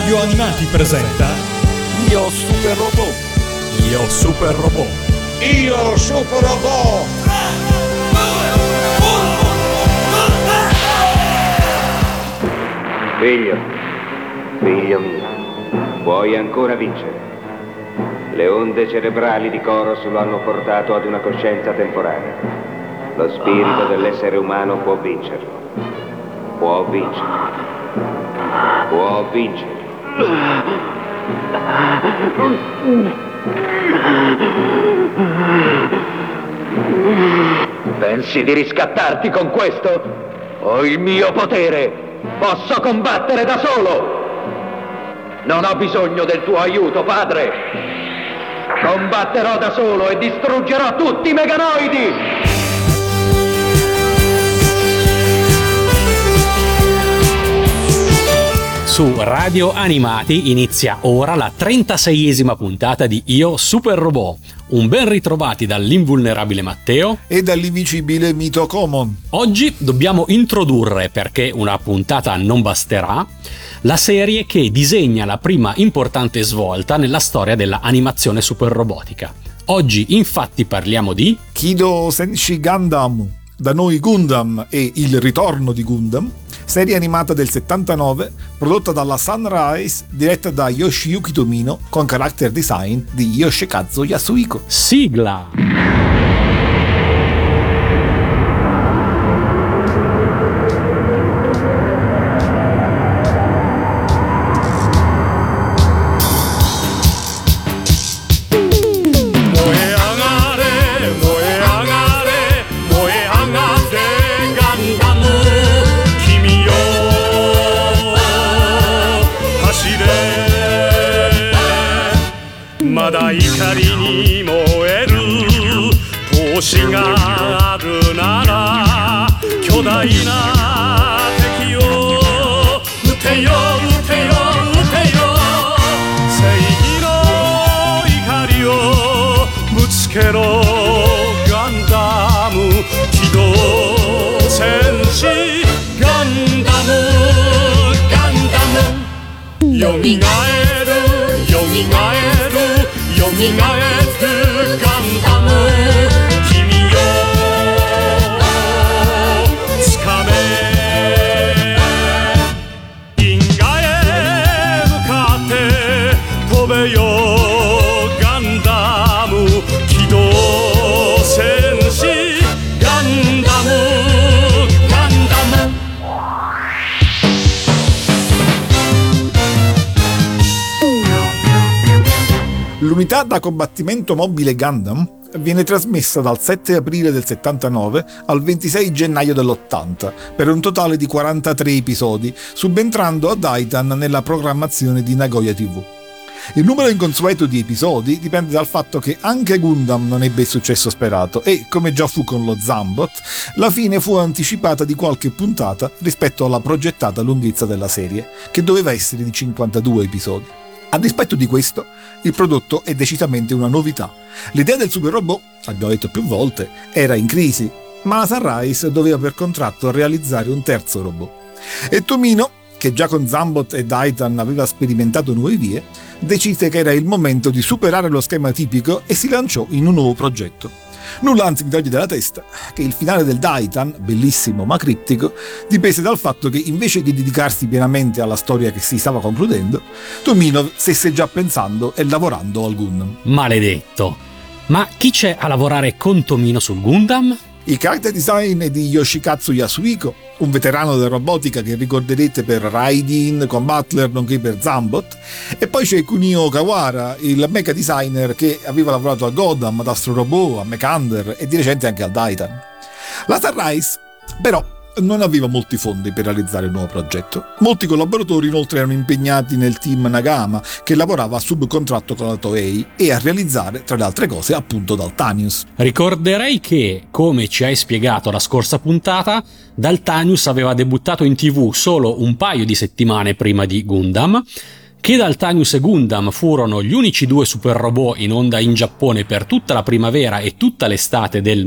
Radio Animati presenta Io Super Robot. Io Super Robot. Io Super Robot. Figlio mio, puoi ancora vincere. Le onde cerebrali di Koros lo hanno portato ad una coscienza temporanea. Lo spirito dell'essere umano può vincerlo. Può vincere. Può vincere. Pensi di riscattarti con questo? Ho il mio potere! Posso combattere da solo! Non ho bisogno del tuo aiuto, padre! Combatterò da solo e distruggerò tutti i meganoidi! Su Radio Animati inizia ora la 36esima puntata di Io Super Robot. Un ben ritrovati dall'invulnerabile Matteo e dall'invincibile Mito Common. Oggi dobbiamo introdurre, perché una puntata non basterà, la serie che disegna la prima importante svolta nella storia della animazione super robotica. Oggi infatti parliamo di Kido Senshi Gundam, da noi Gundam e il ritorno di Gundam, serie animata del 79 prodotta dalla Sunrise, diretta da Yoshiyuki Tomino con character design di Yoshikazu Yasuhiko. Sigla! L'unità da combattimento mobile Gundam viene trasmessa dal 7 aprile del 79 al 26 gennaio dell'80 per un totale di 43 episodi, subentrando a Daitan nella programmazione di Nagoya TV. Il numero inconsueto di episodi dipende dal fatto che anche Gundam non ebbe il successo sperato e, come già fu con lo Zambot, la fine fu anticipata di qualche puntata rispetto alla progettata lunghezza della serie, che doveva essere di 52 episodi. A dispetto di questo, il prodotto è decisamente una novità. L'idea del super robot, abbiamo detto più volte, era in crisi, ma la Sunrise doveva per contratto realizzare un terzo robot. E Tomino, che già con Zambot e Daitan aveva sperimentato nuove vie, decise che era il momento di superare lo schema tipico e si lanciò in un nuovo progetto. Nulla anzi mi toglie dalla testa che il finale del Daitan, bellissimo ma criptico, dipese dal fatto che invece di dedicarsi pienamente alla storia che si stava concludendo, Tomino stesse già pensando e lavorando al Gundam. Maledetto! Ma chi c'è a lavorare con Tomino sul Gundam? Il character design è di Yoshikazu Yasuhiko, un veterano della robotica che ricorderete per Raidin, con Butler, nonché per Zambot, e poi c'è Kunio Okawara, il mecha designer che aveva lavorato a Godam, ad Astro Robot, a Mekander e di recente anche al Daitan. La Sunrise, però, non aveva molti fondi per realizzare il nuovo progetto. Molti collaboratori inoltre erano impegnati nel team Nagama, che lavorava a subcontratto con la Toei e a realizzare, tra le altre cose, appunto Daltanius. Ricorderei che, come ci hai spiegato la scorsa puntata, Daltanius aveva debuttato in TV solo un paio di settimane prima di Gundam, che Daltanius e Gundam furono gli unici due super robot in onda in Giappone per tutta la primavera e tutta l'estate del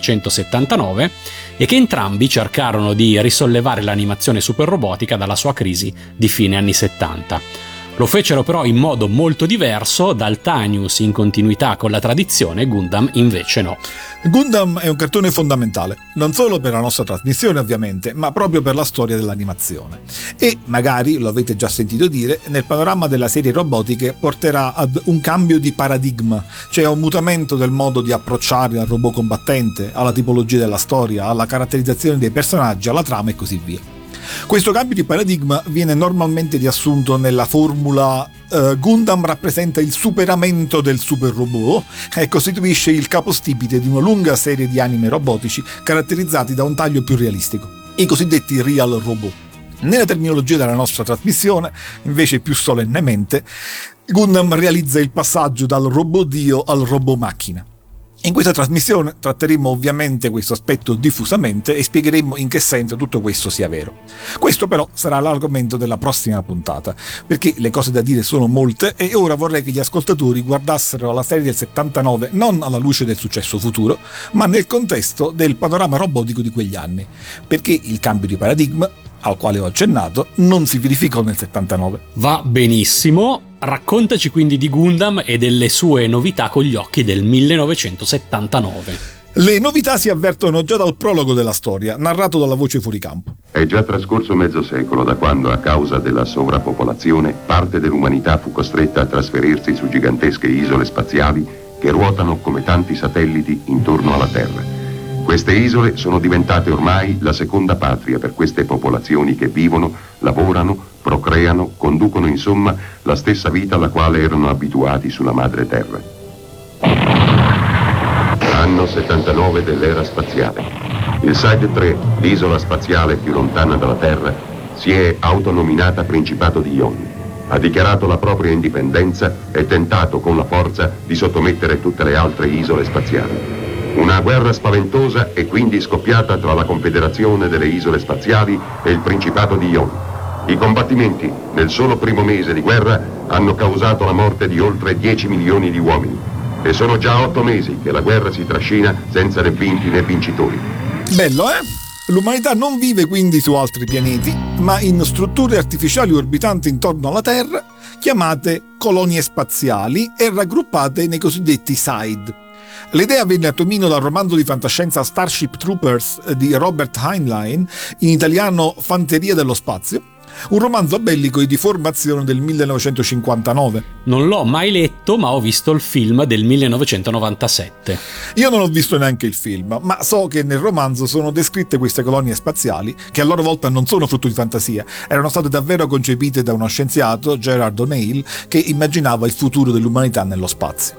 1979 e che entrambi cercarono di risollevare l'animazione super robotica dalla sua crisi di fine anni 70. Lo fecero però in modo molto diverso, Daltanius in continuità con la tradizione, Gundam invece no. Gundam è un cartone fondamentale, non solo per la nostra trasmissione ovviamente, ma proprio per la storia dell'animazione. E, magari lo avete già sentito dire, nel panorama della serie robotiche porterà ad un cambio di paradigma, cioè a un mutamento del modo di approcciare al robot combattente, alla tipologia della storia, alla caratterizzazione dei personaggi, alla trama e così via. Questo cambio di paradigma viene normalmente riassunto nella formula Gundam rappresenta il superamento del super robot e costituisce il capostipite di una lunga serie di anime robotici caratterizzati da un taglio più realistico, i cosiddetti real robot. Nella terminologia della nostra trasmissione, invece più solennemente, Gundam realizza il passaggio dal robot dio al robot macchina. In questa trasmissione tratteremo ovviamente questo aspetto diffusamente e spiegheremo in che senso tutto questo sia vero. Questo però sarà l'argomento della prossima puntata, perché le cose da dire sono molte e ora vorrei che gli ascoltatori guardassero la serie del 79 non alla luce del successo futuro, ma nel contesto del panorama robotico di quegli anni, perché il cambio di paradigma, al quale ho accennato, non si verificò nel 79. Va benissimo. Raccontaci quindi di Gundam e delle sue novità con gli occhi del 1979. Le novità si avvertono già dal prologo della storia, narrato dalla voce fuoricampo. È già trascorso mezzo secolo da quando, a causa della sovrappopolazione, parte dell'umanità fu costretta a trasferirsi su gigantesche isole spaziali che ruotano come tanti satelliti intorno alla Terra. Queste isole sono diventate ormai la seconda patria per queste popolazioni che vivono, lavorano, procreano, conducono insomma la stessa vita alla quale erano abituati sulla madre Terra. Anno 79 dell'era spaziale. Il Side 3, l'isola spaziale più lontana dalla Terra, si è autonominata Principato di Ion. Ha dichiarato la propria indipendenza e tentato con la forza di sottomettere tutte le altre isole spaziali. Una guerra spaventosa è quindi scoppiata tra la Confederazione delle Isole Spaziali e il Principato di Ion. I combattimenti, nel solo primo mese di guerra, hanno causato la morte di oltre 10 milioni di uomini. E sono già 8 mesi che la guerra si trascina senza né vinti né vincitori. Bello, eh? L'umanità non vive quindi su altri pianeti, ma in strutture artificiali orbitanti intorno alla Terra, chiamate colonie spaziali e raggruppate nei cosiddetti Side. L'idea venne a Tomino dal romanzo di fantascienza Starship Troopers di Robert Heinlein, in italiano Fanteria dello Spazio, un romanzo bellico e di formazione del 1959. Non l'ho mai letto, ma ho visto il film del 1997. Io non ho visto neanche il film, ma so che nel romanzo sono descritte queste colonie spaziali, che a loro volta non sono frutto di fantasia, erano state davvero concepite da uno scienziato, Gerard O'Neill, che immaginava il futuro dell'umanità nello spazio.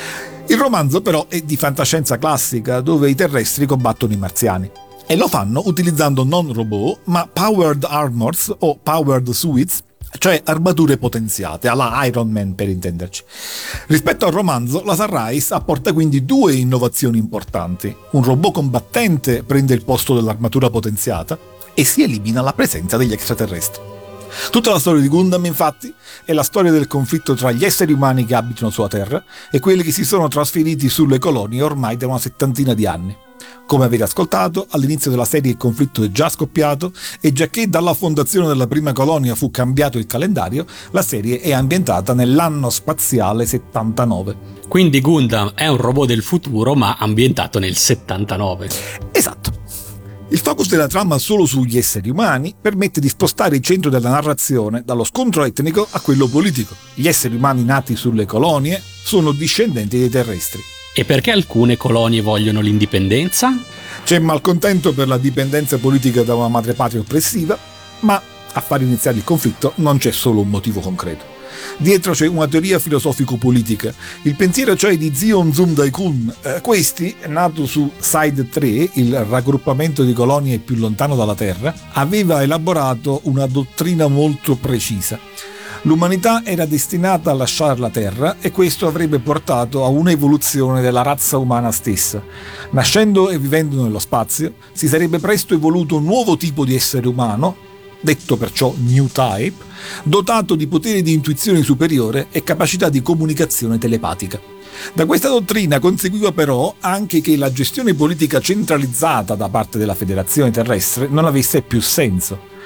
Il romanzo però è di fantascienza classica, dove i terrestri combattono i marziani. E lo fanno utilizzando non robot, ma powered armors o powered suits, cioè armature potenziate, alla Iron Man per intenderci. Rispetto al romanzo, la Sunrise apporta quindi due innovazioni importanti. Un robot combattente prende il posto dell'armatura potenziata e si elimina la presenza degli extraterrestri. Tutta la storia di Gundam, infatti, è la storia del conflitto tra gli esseri umani che abitano sulla Terra e quelli che si sono trasferiti sulle colonie ormai da una settantina di anni. Come avete ascoltato, all'inizio della serie il conflitto è già scoppiato e giacché dalla fondazione della prima colonia fu cambiato il calendario, la serie è ambientata nell'anno spaziale 79. Quindi Gundam è un robot del futuro, ma ambientato nel 79. Esatto. Il focus della trama solo sugli esseri umani permette di spostare il centro della narrazione dallo scontro etnico a quello politico. Gli esseri umani nati sulle colonie sono discendenti dei terrestri. E perché alcune colonie vogliono l'indipendenza? C'è malcontento per la dipendenza politica da una madrepatria oppressiva, ma a far iniziare il conflitto non c'è solo un motivo concreto. Dietro c'è una teoria filosofico-politica, il pensiero cioè di Zion Zum Daikun. Questi, nato su Side 3, il raggruppamento di colonie più lontano dalla Terra, aveva elaborato una dottrina molto precisa. L'umanità era destinata a lasciare la Terra e questo avrebbe portato a un'evoluzione della razza umana stessa. Nascendo e vivendo nello spazio, si sarebbe presto evoluto un nuovo tipo di essere umano, detto perciò New Type, dotato di poteri di intuizione superiore e capacità di comunicazione telepatica. Da questa dottrina conseguiva però anche che la gestione politica centralizzata da parte della Federazione Terrestre non avesse più senso.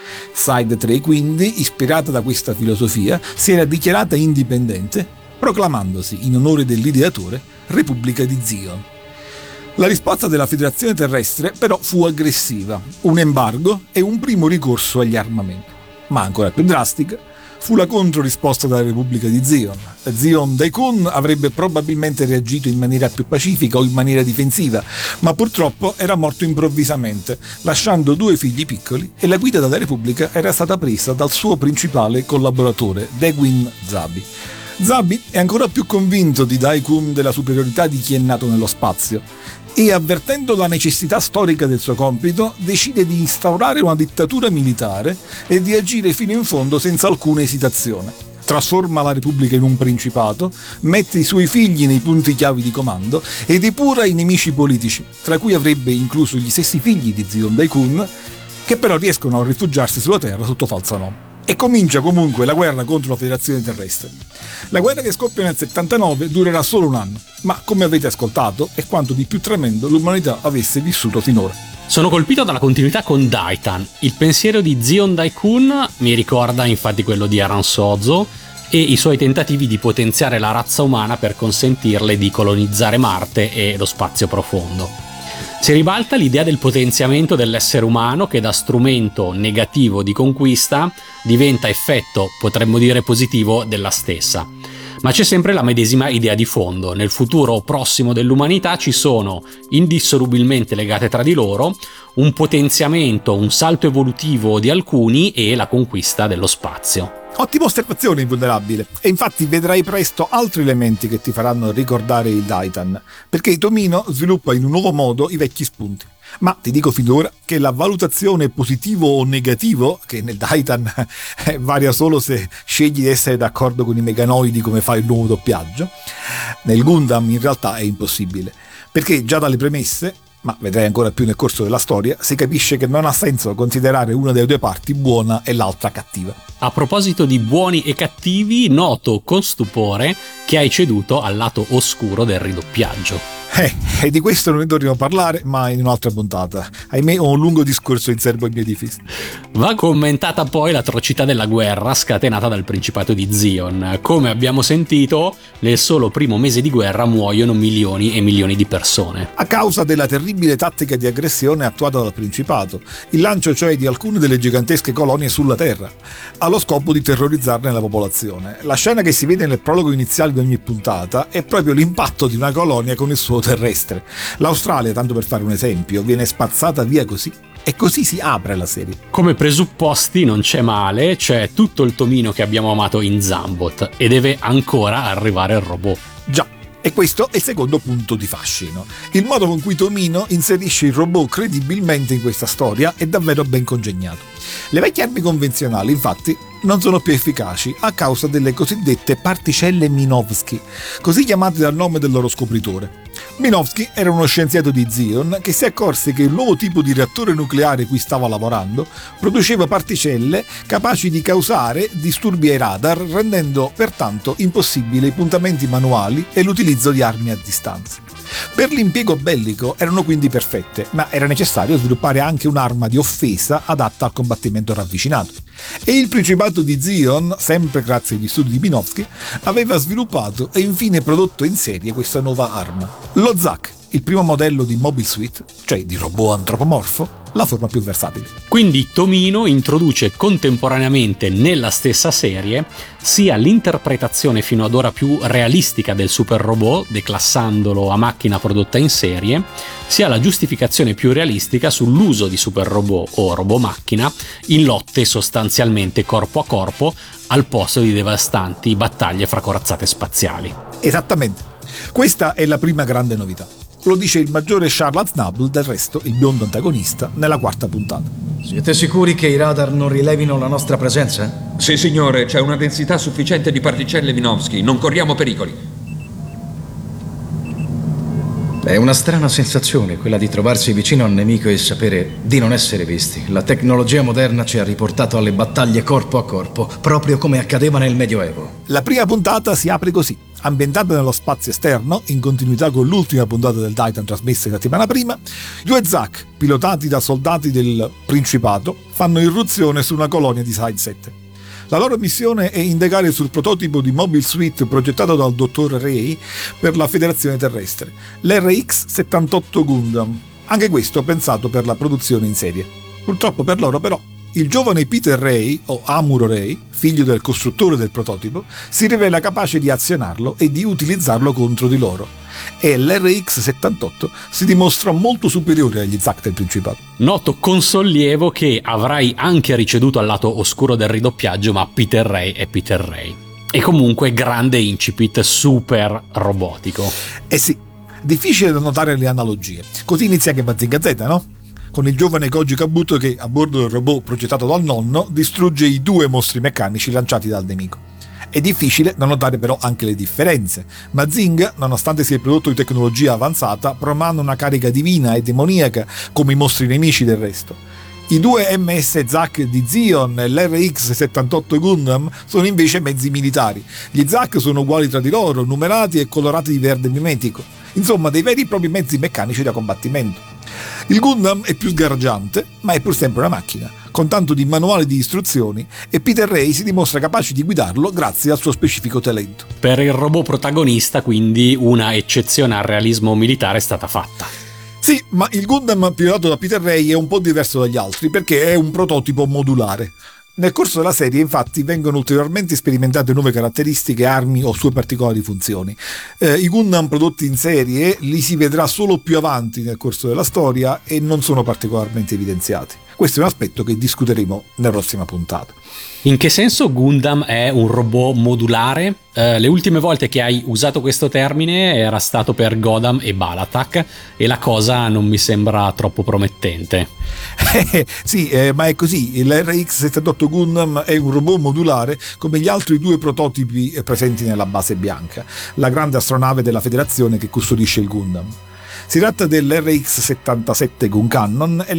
Side 3, quindi, ispirata da questa filosofia, si era dichiarata indipendente, proclamandosi, in onore dell'ideatore, Repubblica di Zion. La risposta della Federazione Terrestre però fu aggressiva, un embargo e un primo ricorso agli armamenti. Ma ancora più drastica fu la controrisposta della Repubblica di Zion. Zion Daikun avrebbe probabilmente reagito in maniera più pacifica o in maniera difensiva, ma purtroppo era morto improvvisamente, lasciando 2 figli piccoli, e la guida della Repubblica era stata presa dal suo principale collaboratore, Degwin Zabi. Zabi è ancora più convinto di Daikun della superiorità di chi è nato nello spazio e, avvertendo la necessità storica del suo compito, decide di instaurare una dittatura militare e di agire fino in fondo senza alcuna esitazione. Trasforma la Repubblica in un principato, mette i suoi figli nei punti chiavi di comando ed epura i nemici politici, tra cui avrebbe incluso gli stessi figli di Zion Daikun, che però riescono a rifugiarsi sulla Terra sotto falso nome. E comincia comunque la guerra contro la Federazione Terrestre. La guerra che scoppia nel 79 durerà solo un anno, ma come avete ascoltato è quanto di più tremendo l'umanità avesse vissuto finora. Sono colpito dalla continuità con Daitan. Il pensiero di Zion Daikun mi ricorda infatti quello di Aran Sozo e i suoi tentativi di potenziare la razza umana per consentirle di colonizzare Marte e lo spazio profondo. Si ribalta l'idea del potenziamento dell'essere umano che da strumento negativo di conquista diventa effetto, potremmo dire positivo, della stessa. Ma c'è sempre la medesima idea di fondo. Nel futuro prossimo dell'umanità ci sono, indissolubilmente legate tra di loro, un potenziamento, un salto evolutivo di alcuni e la conquista dello spazio. Ottima osservazione, Invulnerabile, e infatti vedrai presto altri elementi che ti faranno ricordare il Daitan, perché Tomino sviluppa in un nuovo modo i vecchi spunti. Ma ti dico fin d'ora che la valutazione positivo o negativo, che nel Daitan varia solo se scegli di essere d'accordo con i meganoidi come fa il nuovo doppiaggio, nel Gundam in realtà è impossibile, perché già dalle premesse, ma vedrai ancora più nel corso della storia, si capisce che non ha senso considerare una delle 2 parti buona e l'altra cattiva. A proposito di buoni e cattivi, noto con stupore che hai ceduto al lato oscuro del ridoppiaggio. E di questo non ne dovremo parlare, ma in un'altra puntata. Ahimè, ho un lungo discorso in serbo ai miei difesi. Va commentata poi l'atrocità della guerra scatenata dal Principato di Zion. Come abbiamo sentito, nel solo primo mese di guerra muoiono milioni e milioni di persone. A causa della terribile tattica di aggressione attuata dal Principato, il lancio cioè di alcune delle gigantesche colonie sulla Terra, allo scopo di terrorizzarne la popolazione. La scena che si vede nel prologo iniziale di ogni puntata è proprio l'impatto di una colonia con il suo terrestre. L'Australia, tanto per fare un esempio, viene spazzata via così. E così si apre la serie. Come presupposti non c'è male, c'è tutto il Tomino che abbiamo amato in Zambot e deve ancora arrivare il robot. Già. E questo è il secondo punto di fascino. Il modo con cui Tomino inserisce il robot credibilmente in questa storia è davvero ben congegnato. Le vecchie armi convenzionali, infatti, non sono più efficaci a causa delle cosiddette particelle Minovsky, così chiamate dal nome del loro scopritore. Minovsky era uno scienziato di Zion che si accorse che il nuovo tipo di reattore nucleare cui stava lavorando produceva particelle capaci di causare disturbi ai radar, rendendo pertanto impossibile i puntamenti manuali e l'utilizzo di armi a distanza. Per l'impiego bellico erano quindi perfette, ma era necessario sviluppare anche un'arma di offesa adatta al combattimento ravvicinato. E il Principato di Zion, sempre grazie agli studi di Minovsky, aveva sviluppato e infine prodotto in serie questa nuova arma. Lo Zack, il primo modello di Mobile Suit, cioè di robot antropomorfo, la forma più versatile. Quindi Tomino introduce contemporaneamente nella stessa serie sia l'interpretazione fino ad ora più realistica del super robot, declassandolo a macchina prodotta in serie, sia la giustificazione più realistica sull'uso di super robot o robot macchina in lotte sostanzialmente corpo a corpo al posto di devastanti battaglie fra corazzate spaziali. Esattamente. Questa è la prima grande novità. Lo dice il maggiore Charles Aznavour, del resto il biondo antagonista, nella 4ª puntata. Siete sicuri che i radar non rilevino la nostra presenza? Sì, signore, c'è una densità sufficiente di particelle Minovsky, non corriamo pericoli. È una strana sensazione quella di trovarsi vicino a un nemico e sapere di non essere visti. La tecnologia moderna ci ha riportato alle battaglie corpo a corpo, proprio come accadeva nel Medioevo. La prima puntata si apre così. ambientate nello spazio esterno, in continuità con l'ultima puntata del Titan trasmessa la settimana prima, i due Zack, pilotati da soldati del Principato, fanno irruzione su una colonia di Side 7. La loro missione è indagare sul prototipo di Mobile Suit progettato dal dottor Ray per la Federazione Terrestre, l'RX-78 Gundam, anche questo pensato per la produzione in serie. Purtroppo per loro però, il giovane Peter Ray, o Amuro Ray, figlio del costruttore del prototipo, si rivela capace di azionarlo e di utilizzarlo contro di loro. E l'RX-78 si dimostra molto superiore agli Zack del Principato. Noto con sollievo che avrai anche ricevuto al lato oscuro del ridoppiaggio, ma Peter Ray è Peter Ray. E comunque grande incipit super robotico. Eh sì, difficile da notare le analogie. Così inizia anche Mazinga Z, no? Con il giovane Koji Kabuto che, a bordo del robot progettato dal nonno, distrugge i due mostri meccanici lanciati dal nemico. È difficile da notare però anche le differenze. Mazinga, nonostante sia il prodotto di tecnologia avanzata, promana una carica divina e demoniaca come i mostri nemici del resto. I due MS Zack di Zion e l'RX-78 Gundam sono invece mezzi militari. Gli Zack sono uguali tra di loro, numerati e colorati di verde mimetico. Insomma, dei veri e propri mezzi meccanici da combattimento. Il Gundam è più sgargiante, ma è pur sempre una macchina, con tanto di manuale di istruzioni, e Peter Ray si dimostra capace di guidarlo grazie al suo specifico talento. Per il robot protagonista, quindi, una eccezione al realismo militare è stata fatta. Sì, ma il Gundam pilotato da Peter Ray è un po' diverso dagli altri perché è un prototipo modulare. Nel corso della serie, infatti, vengono ulteriormente sperimentate nuove caratteristiche, armi o sue particolari funzioni. I Gundam prodotti in serie li si vedrà solo più avanti nel corso della storia e non sono particolarmente evidenziati. Questo è un aspetto che discuteremo nella prossima puntata. In che senso Gundam è un robot modulare? Le ultime volte che hai usato questo termine era stato per Godam e Balatak e la cosa non mi sembra troppo promettente. Sì, ma è così. L'RX-78 Gundam è un robot modulare come gli altri due prototipi presenti nella base bianca, la grande astronave della Federazione che custodisce il Gundam. Si tratta dell'RX-77 Guncannon e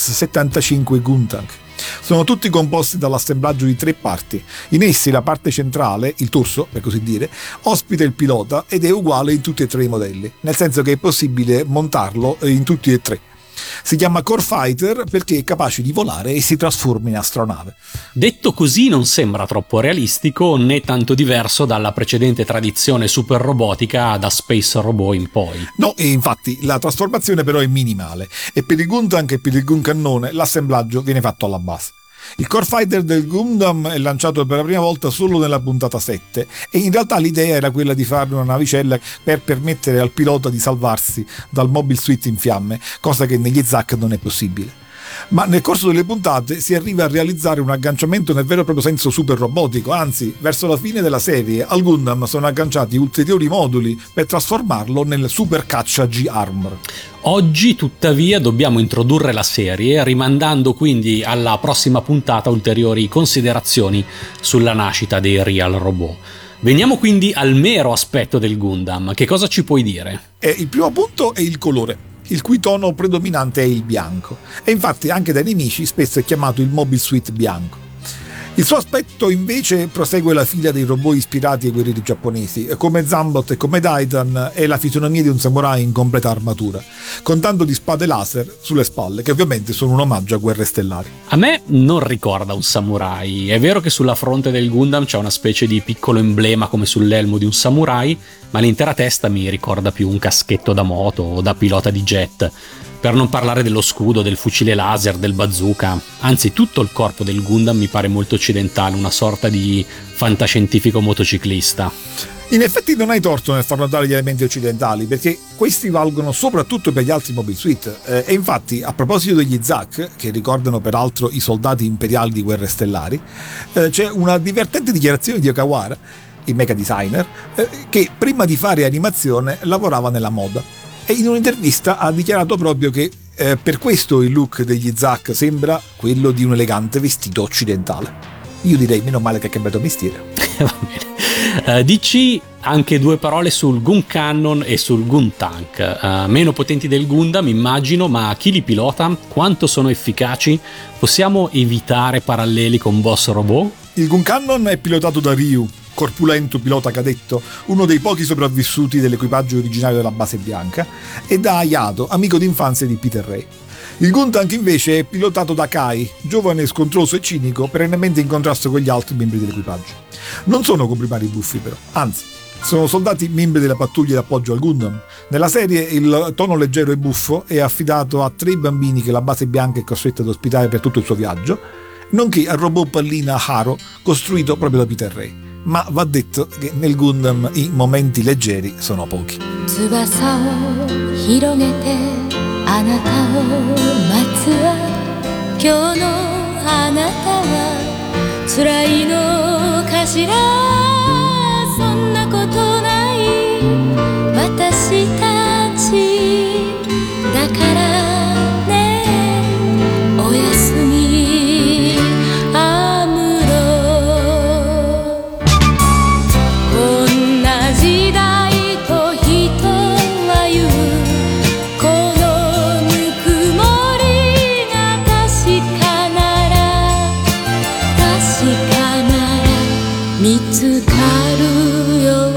l'RX-75 Guntank. Sono tutti composti dall'assemblaggio di 3 parti. In essi la parte centrale, il torso per così dire, ospita il pilota ed è uguale in tutti e 3 i modelli, nel senso che è possibile montarlo in tutti e 3. Si chiama Core Fighter perché è capace di volare e si trasforma in astronave. Detto così non sembra troppo realistico né tanto diverso dalla precedente tradizione super robotica da Space Robot in poi. No, e infatti la trasformazione però è minimale e per il Guntank e per il Guncannone l'assemblaggio viene fatto alla base. Il Core Fighter del Gundam è lanciato per la prima volta solo nella puntata 7 e in realtà l'idea era quella di fare una navicella per permettere al pilota di salvarsi dal Mobile Suit in fiamme, cosa che negli Zack non è possibile. Ma nel corso delle puntate si arriva a realizzare un agganciamento nel vero e proprio senso super robotico, anzi, verso la fine della serie al Gundam sono agganciati ulteriori moduli per trasformarlo nel super caccia G-Armor. Oggi, tuttavia, dobbiamo introdurre la serie, rimandando quindi alla prossima puntata ulteriori considerazioni sulla nascita dei Real Robot. Veniamo quindi al mero aspetto del Gundam. Che cosa ci puoi dire? Il primo punto è il colore, il cui tono predominante è il bianco, e infatti anche dai nemici spesso è chiamato il Mobile Suit bianco. Il suo aspetto invece prosegue la fila dei robot ispirati ai guerrieri giapponesi, come Zambot e come Titan, è la fisionomia di un samurai in completa armatura, con tanto di spade laser sulle spalle, che ovviamente sono un omaggio a Guerre Stellari. A me non ricorda un samurai. È vero che sulla fronte del Gundam c'è una specie di piccolo emblema come sull'elmo di un samurai, ma l'intera testa mi ricorda più un caschetto da moto o da pilota di jet. Per non parlare dello scudo, del fucile laser, del bazooka. Anzi, tutto il corpo del Gundam mi pare molto occidentale, una sorta di fantascientifico motociclista. In effetti non hai torto nel far notare gli elementi occidentali, perché questi valgono soprattutto per gli altri Mobile Suit. E infatti, a proposito degli Zack, che ricordano peraltro i soldati imperiali di Guerre Stellari, c'è una divertente dichiarazione di Okawara, il mecha designer, che prima di fare animazione lavorava nella moda. E in un'intervista ha dichiarato proprio che per questo il look degli Zack sembra quello di un elegante vestito occidentale. Io direi meno male che ha cambiato mestiere. Va bene. Dici anche 2 parole sul Guncannon e sul Guntank. Meno potenti del Gundam, immagino, ma chi li pilota? Quanto sono efficaci? Possiamo evitare paralleli con boss robot? Il Guncannon è pilotato da Ryu, corpulento pilota cadetto, uno dei pochi sopravvissuti dell'equipaggio originario della base bianca, e da Hayato, amico d'infanzia di Peter Ray. Il Gundam invece è pilotato da Kai, giovane scontroso e cinico, perennemente in contrasto con gli altri membri dell'equipaggio. Non sono comprimari buffi però, anzi, sono soldati membri della pattuglia d'appoggio al Gundam. Nella serie il tono leggero e buffo è affidato a 3 bambini che la base bianca è costretta ad ospitare per tutto il suo viaggio, nonché al robot pallina Haro costruito proprio da Peter Ray. Ma va detto che nel Gundam i momenti leggeri sono pochi. 翼を広げてあなたを待つわ今日のあなたは辛いのかしらそんなことない私たちだからねおやすみアムロこんな時代と人は言うこのぬくもりが確かなら見つかるよ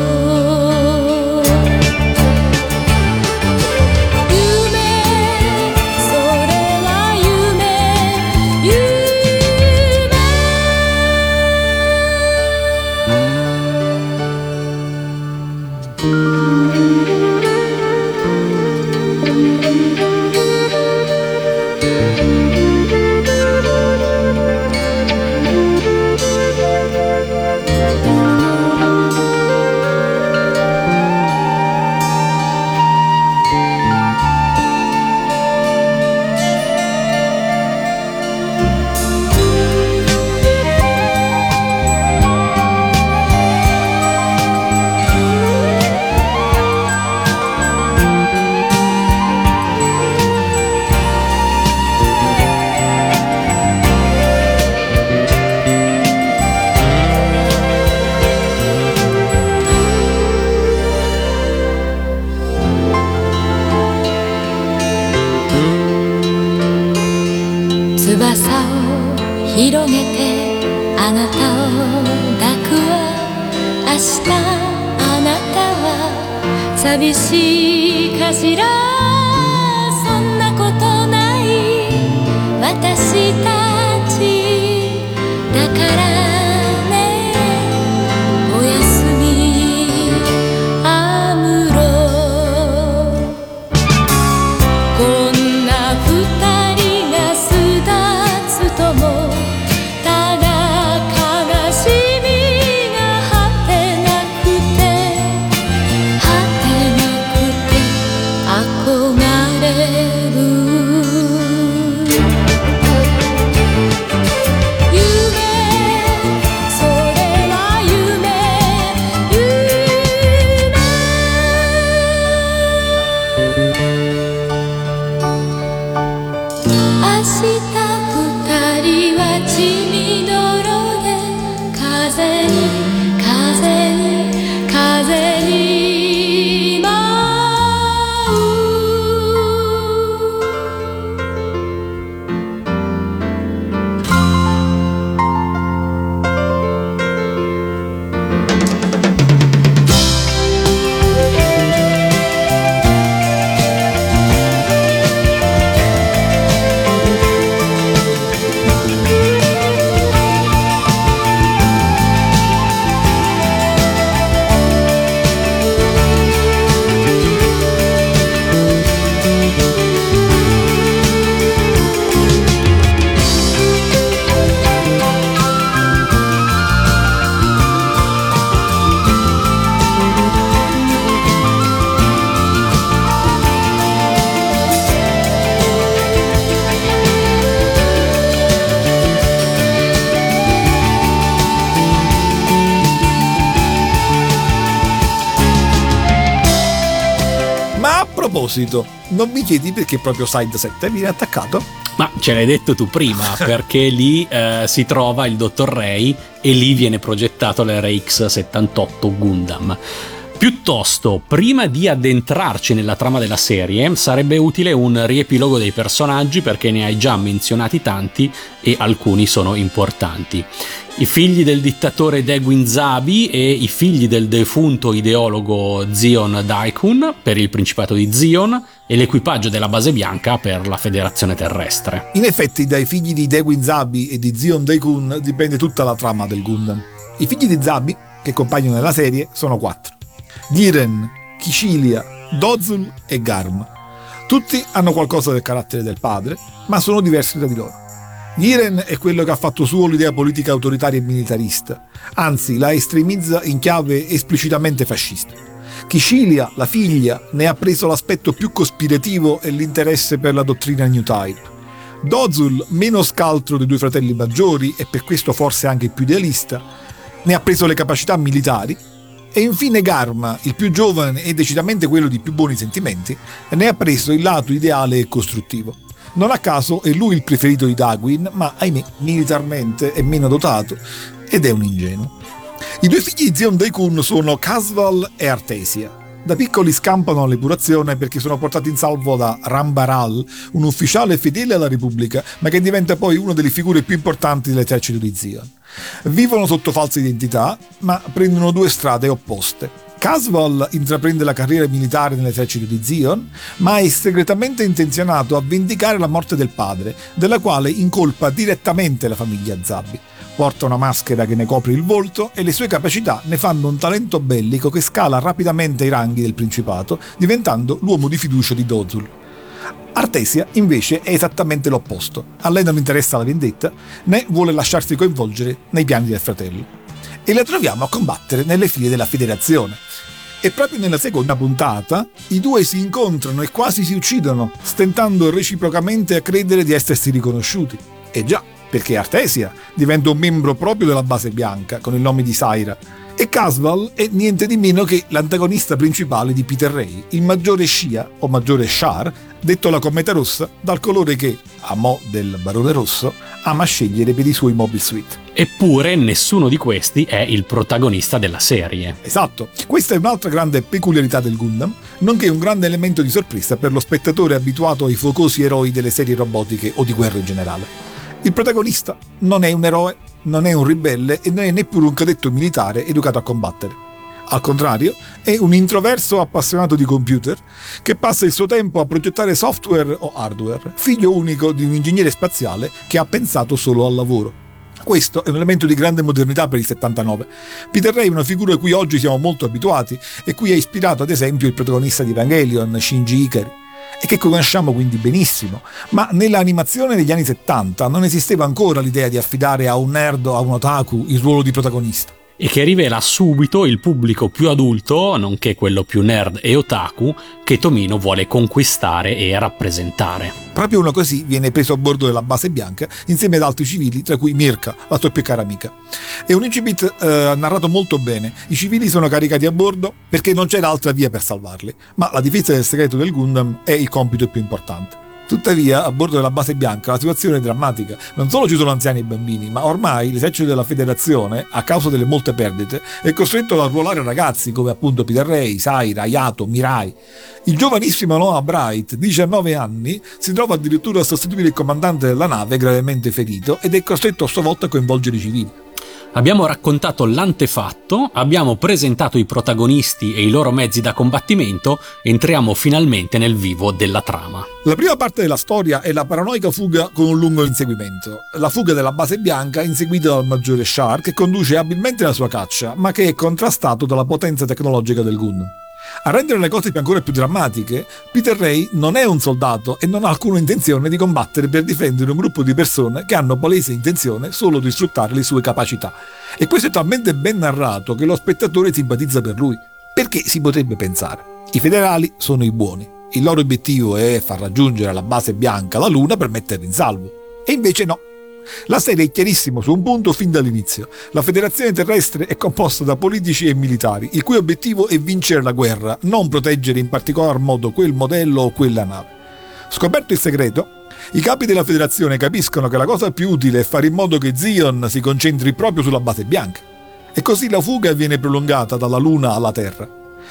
広げてあなたを抱くわ明日あなたは寂しいかしらそんなことない私たちだからねおやすみアムロこんな二人が巣立つともnon mi chiedi perché proprio Side 7 viene attaccato? Ma ce l'hai detto tu prima, perché lì si trova il Dottor Ray e lì viene progettato l'RX-78 Gundam. Piuttosto, prima di addentrarci nella trama della serie, sarebbe utile un riepilogo dei personaggi perché ne hai già menzionati tanti e alcuni sono importanti. I figli del dittatore Daewin Zabi e i figli del defunto ideologo Zion Daikun per il Principato di Zion e l'equipaggio della Base Bianca per la Federazione Terrestre. In effetti, dai figli di Daewin Zabi e di Zion Daikun dipende tutta la trama del Gundam. I figli di Zabi, che compaiono nella serie, sono 4. Giren, Kishilia, Dozul e Garm. Tutti hanno qualcosa del carattere del padre, ma sono diversi tra di loro. Giren è quello che ha fatto suo l'idea politica autoritaria e militarista, anzi la estremizza in chiave esplicitamente fascista. Kishilia, la figlia, ne ha preso l'aspetto più cospirativo e l'interesse per la dottrina New Type. Dozul, meno scaltro dei due fratelli maggiori e per questo forse anche più idealista, ne ha preso le capacità militari. E infine Garma, il più giovane e decisamente quello di più buoni sentimenti, ne ha preso il lato ideale e costruttivo. Non a caso è lui il preferito di Daewin, ma ahimè militarmente è meno dotato ed è un ingenuo. I due figli di Zion Daikun sono Casval e Artesia. Da piccoli scampano all'epurazione perché sono portati in salvo da Rambaral, un ufficiale fedele alla Repubblica, ma che diventa poi una delle figure più importanti dell'esercito di Zion. Vivono sotto falsa identità, ma prendono due strade opposte. Casval intraprende la carriera militare nell'esercito di Zion, ma è segretamente intenzionato a vendicare la morte del padre, della quale incolpa direttamente la famiglia Zabi. Porta una maschera che ne copre il volto e le sue capacità ne fanno un talento bellico che scala rapidamente i ranghi del Principato, diventando l'uomo di fiducia di Dozul. Artesia, invece, è esattamente l'opposto. A lei non interessa la vendetta, né vuole lasciarsi coinvolgere nei piani del fratello. E la troviamo a combattere nelle file della Federazione. E proprio nella seconda puntata i due si incontrano e quasi si uccidono, stentando reciprocamente a credere di essersi riconosciuti. E già, perché Artesia diventa un membro proprio della Base Bianca, con il nome di Saira, e Casval è niente di meno che l'antagonista principale di Peter Ray, il maggiore Shia, o maggiore Shar, detto la Cometa Rossa, dal colore che, a mo' del Barone Rosso, ama scegliere per i suoi Mobile Suit. Eppure nessuno di questi è il protagonista della serie. Esatto, questa è un'altra grande peculiarità del Gundam, nonché un grande elemento di sorpresa per lo spettatore abituato ai focosi eroi delle serie robotiche o di guerra in generale. Il protagonista non è un eroe, non è un ribelle e non è neppure un cadetto militare educato a combattere. Al contrario, è un introverso appassionato di computer che passa il suo tempo a progettare software o hardware, figlio unico di un ingegnere spaziale che ha pensato solo al lavoro. Questo è un elemento di grande modernità per il 79. Peter Ray è una figura a cui oggi siamo molto abituati e cui ha ispirato ad esempio il protagonista di Evangelion, Shinji Ikari, e che conosciamo quindi benissimo, ma nell'animazione degli anni 70 non esisteva ancora l'idea di affidare a un nerd o a un otaku il ruolo di protagonista. E che rivela subito il pubblico più adulto, nonché quello più nerd e otaku, che Tomino vuole conquistare e rappresentare. Proprio uno così viene preso a bordo della Base Bianca insieme ad altri civili, tra cui Mirka, la sua più cara amica. È un incipit narrato molto bene. I civili sono caricati a bordo perché non c'era altra via per salvarli, ma la difesa del segreto del Gundam è il compito più importante. Tuttavia, a bordo della Base Bianca la situazione è drammatica. Non solo ci sono anziani e bambini, ma ormai l'esercito della Federazione, a causa delle molte perdite, è costretto ad arruolare ragazzi come appunto Peter Ray, Saira, Yato, Mirai. Il giovanissimo Noah Bright, 19 anni, si trova addirittura a sostituire il comandante della nave gravemente ferito ed è costretto a sua volta a coinvolgere i civili. Abbiamo raccontato l'antefatto, abbiamo presentato i protagonisti e i loro mezzi da combattimento, entriamo finalmente nel vivo della trama. La prima parte della storia è la paranoica fuga con un lungo inseguimento. La fuga della Base Bianca inseguita dal maggiore Shar che conduce abilmente la sua caccia, ma che è contrastato dalla potenza tecnologica del Gundam. A rendere le cose ancora più drammatiche, Peter Ray non è un soldato e non ha alcuna intenzione di combattere per difendere un gruppo di persone che hanno palese intenzione solo di sfruttare le sue capacità. E questo è talmente ben narrato che lo spettatore simpatizza per lui. Perché si potrebbe pensare? I federali sono i buoni. Il loro obiettivo è far raggiungere alla Base Bianca la Luna per metterla in salvo. E invece no. La serie è chiarissima su un punto fin dall'inizio. La Federazione Terrestre è composta da politici e militari, il cui obiettivo è vincere la guerra, non proteggere in particolar modo quel modello o quella nave. Scoperto il segreto, i capi della Federazione capiscono che la cosa più utile è fare in modo che Zion si concentri proprio sulla Base Bianca. E così la fuga viene prolungata dalla Luna alla Terra.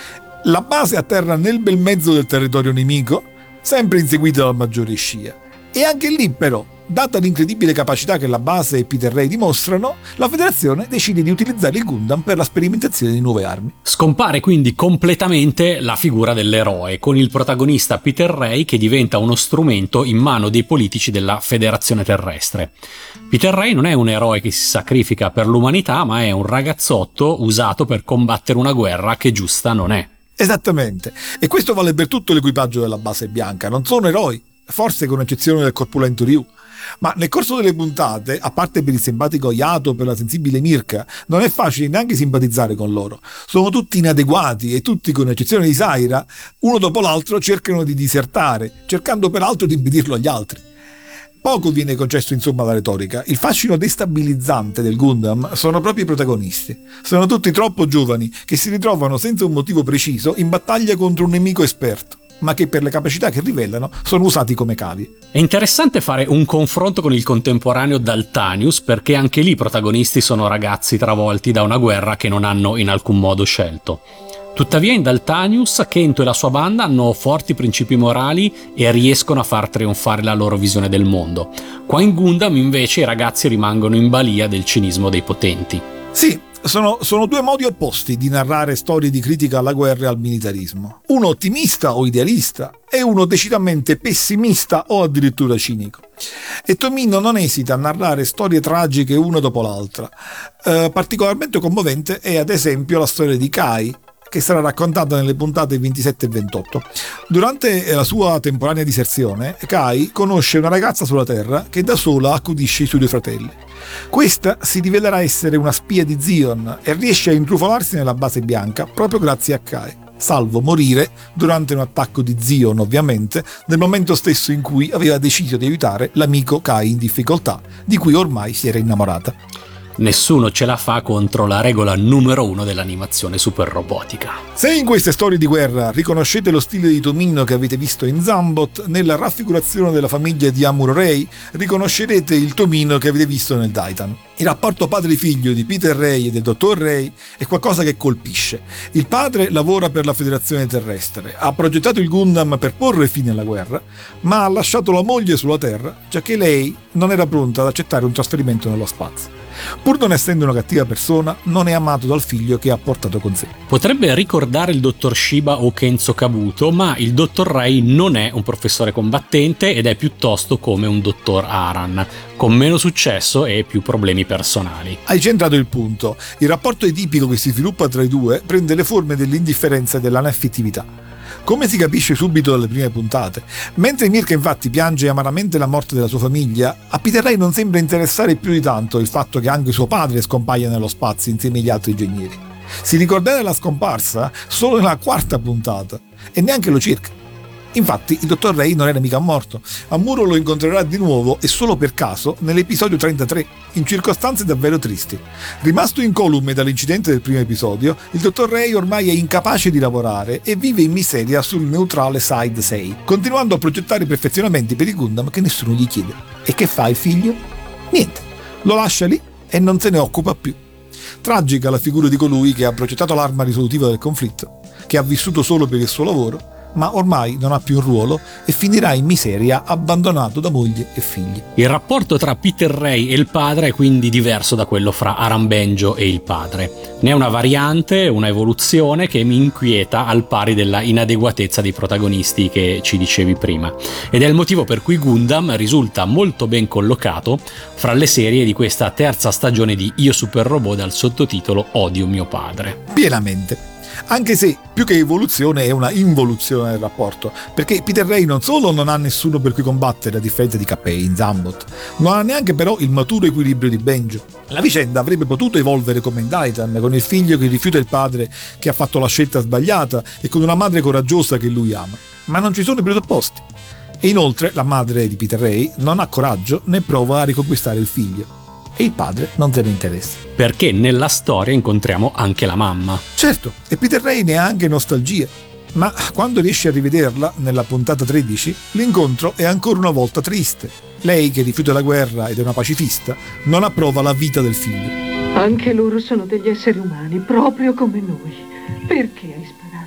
La base atterra nel bel mezzo del territorio nemico, sempre inseguita dal maggiore scia. E anche lì però, data l'incredibile capacità che la base e Peter Ray dimostrano, la Federazione decide di utilizzare il Gundam per la sperimentazione di nuove armi. Scompare quindi completamente la figura dell'eroe, con il protagonista Peter Ray che diventa uno strumento in mano dei politici della Federazione Terrestre. Peter Ray non è un eroe che si sacrifica per l'umanità, ma è un ragazzotto usato per combattere una guerra che giusta non è. Esattamente, e questo vale per tutto l'equipaggio della base bianca, non sono eroi, forse con eccezione del corpulento Ryu. Ma nel corso delle puntate, a parte per il simpatico Yato o per la sensibile Mirka, non è facile neanche simpatizzare con loro. Sono tutti inadeguati e tutti, con eccezione di Saira, uno dopo l'altro cercano di disertare, cercando peraltro di impedirlo agli altri. Poco viene concesso insomma alla retorica. Il fascino destabilizzante del Gundam sono proprio i protagonisti. Sono tutti troppo giovani che si ritrovano senza un motivo preciso in battaglia contro un nemico esperto, ma che per le capacità che rivelano sono usati come cavi. È interessante fare un confronto con il contemporaneo Daltanius, perché anche lì i protagonisti sono ragazzi travolti da una guerra che non hanno in alcun modo scelto. Tuttavia in Daltanius Kento e la sua banda hanno forti principi morali e riescono a far trionfare la loro visione del mondo. Qua in Gundam invece i ragazzi rimangono in balia del cinismo dei potenti. Sì, sono due modi opposti di narrare storie di critica alla guerra e al militarismo. Uno ottimista o idealista e uno decisamente pessimista o addirittura cinico. E Tomino non esita a narrare storie tragiche una dopo l'altra. Particolarmente commovente è ad esempio la storia di Kai, che sarà raccontata nelle puntate 27 e 28. Durante la sua temporanea diserzione, Kai conosce una ragazza sulla Terra che da sola accudisce i suoi due fratelli. Questa si rivelerà essere una spia di Zion e riesce a intrufolarsi nella base bianca proprio grazie a Kai, salvo morire durante un attacco di Zion, ovviamente, nel momento stesso in cui aveva deciso di aiutare l'amico Kai in difficoltà, di cui ormai si era innamorata. Nessuno ce la fa contro la regola numero 1 dell'animazione super robotica. Se in queste storie di guerra riconoscete lo stile di Tomino che avete visto in Zambot, nella raffigurazione della famiglia di Amuro Ray riconoscerete il Tomino che avete visto nel Daitan. Il rapporto padre-figlio di Peter Ray e del dottor Ray è qualcosa che colpisce. Il padre lavora per la Federazione Terrestre, ha progettato il Gundam per porre fine alla guerra, ma ha lasciato la moglie sulla Terra, giacché lei non era pronta ad accettare un trasferimento nello spazio. Pur non essendo una cattiva persona, non è amato dal figlio che ha portato con sé. Potrebbe ricordare il dottor Shiba o Kenzo Kabuto, ma il dottor Ray non è un professore combattente ed è piuttosto come un dottor Aran, con meno successo e più problemi personali. Hai centrato il punto. Il rapporto etipico che si sviluppa tra i due prende le forme dell'indifferenza e dell'anaffettività, come si capisce subito dalle prime puntate. Mentre Mirka infatti piange amaramente la morte della sua famiglia, a Peter Ray non sembra interessare più di tanto il fatto che anche suo padre scompaia nello spazio insieme agli altri ingegneri. Si ricorderà della scomparsa solo nella quarta puntata e neanche lo cerca. Infatti il dottor Ray non era mica morto. Amuro lo incontrerà di nuovo e solo per caso nell'episodio 33, in circostanze davvero tristi. Rimasto incolume dall'incidente del primo episodio, il dottor Ray ormai è incapace di lavorare e vive in miseria sul neutrale Side 6, continuando a progettare perfezionamenti per i Gundam che nessuno gli chiede. E che fa il figlio? Niente, lo lascia lì e non se ne occupa più. Tragica la figura di colui che ha progettato l'arma risolutiva del conflitto, che ha vissuto solo per il suo lavoro, ma ormai non ha più un ruolo e finirà in miseria abbandonato da moglie e figli. Il rapporto tra Peter Ray e il padre è quindi diverso da quello fra Aran Benjo e il padre. Ne è una variante, una evoluzione che mi inquieta al pari della inadeguatezza dei protagonisti che ci dicevi prima. Ed è il motivo per cui Gundam risulta molto ben collocato fra le serie di questa terza stagione di Io Super Robot dal sottotitolo Odio mio padre. Pienamente. Anche se più che evoluzione è una involuzione del rapporto, perché Peter Ray non solo non ha nessuno per cui combattere a differenza di Kappei in Zambot, non ha neanche però il maturo equilibrio di Benjo. La vicenda avrebbe potuto evolvere come in Daitan, con il figlio che rifiuta il padre che ha fatto la scelta sbagliata e con una madre coraggiosa che lui ama, ma non ci sono i presupposti. E inoltre la madre di Peter Ray non ha coraggio né prova a riconquistare il figlio. E il padre non se ne interessa. Perché nella storia incontriamo anche la mamma. Certo, e Peter Ray ne ha anche nostalgia. Ma quando riesce a rivederla, nella puntata 13, l'incontro è ancora una volta triste. Lei, che rifiuta la guerra ed è una pacifista, non approva la vita del figlio. Anche loro sono degli esseri umani, proprio come noi. Perché hai sparato?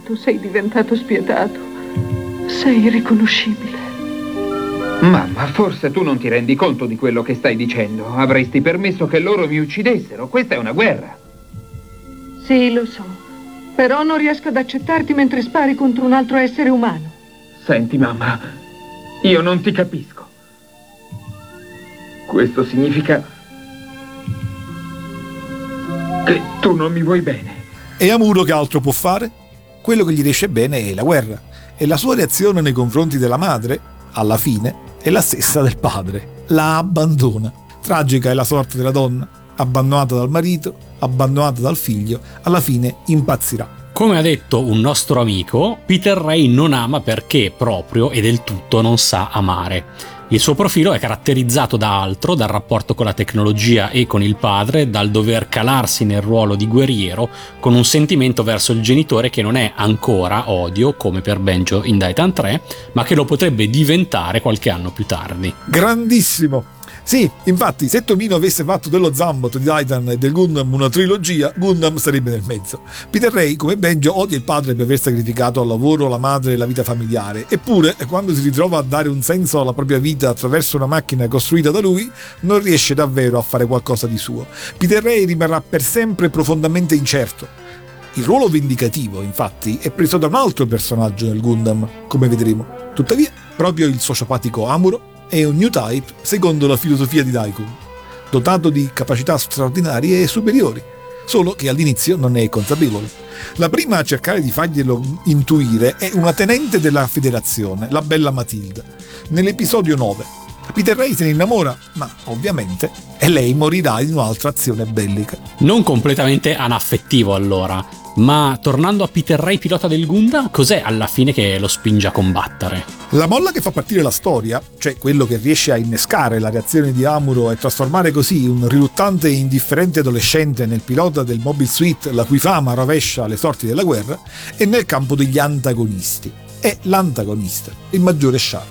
Tu sei diventato spietato. Sei irriconoscibile. Mamma, forse tu non ti rendi conto di quello che stai dicendo. Avresti permesso che loro mi uccidessero. Questa è una guerra. Sì, lo so. Però non riesco ad accettarti mentre spari contro un altro essere umano. Senti, mamma, io non ti capisco. Questo significa che tu non mi vuoi bene. E Amuro che altro può fare? Quello che gli riesce bene è la guerra. E la sua reazione nei confronti della madre, alla fine, è la stessa del padre. La abbandona. Tragica è la sorte della donna, abbandonata dal marito, abbandonata dal figlio, alla fine impazzirà. Come ha detto un nostro amico, Peter Ray non ama perché proprio e del tutto non sa amare. Il suo profilo è caratterizzato da altro, dal rapporto con la tecnologia e con il padre, dal dover calarsi nel ruolo di guerriero, con un sentimento verso il genitore che non è ancora odio, come per Benjo in Daitan 3, ma che lo potrebbe diventare qualche anno più tardi. Grandissimo! Sì, infatti, se Tomino avesse fatto dello Zambot, di Titan e del Gundam una trilogia, Gundam sarebbe nel mezzo. Peter Ray, come Benjo, odia il padre per aver sacrificato al lavoro, la madre e la vita familiare. Eppure, quando si ritrova a dare un senso alla propria vita attraverso una macchina costruita da lui, non riesce davvero a fare qualcosa di suo. Peter Ray rimarrà per sempre profondamente incerto. Il ruolo vendicativo, infatti, è preso da un altro personaggio nel Gundam, come vedremo. Tuttavia, proprio il sociopatico Amuro è un new type secondo la filosofia di Daikun, dotato di capacità straordinarie e superiori, solo che all'inizio non ne è consapevole. La prima a cercare di farglielo intuire è una tenente della federazione, la bella Matilda. Nell'episodio 9, Peter Ray se ne innamora, ma ovviamente lei morirà in un'altra azione bellica. Non completamente anaffettivo allora, ma tornando a Peter Ray pilota del Gundam, cos'è alla fine che lo spinge a combattere? La molla che fa partire la storia, cioè quello che riesce a innescare la reazione di Amuro e trasformare così un riluttante e indifferente adolescente nel pilota del Mobile Suit la cui fama rovescia le sorti della guerra, è nel campo degli antagonisti. È l'antagonista, il maggiore Char.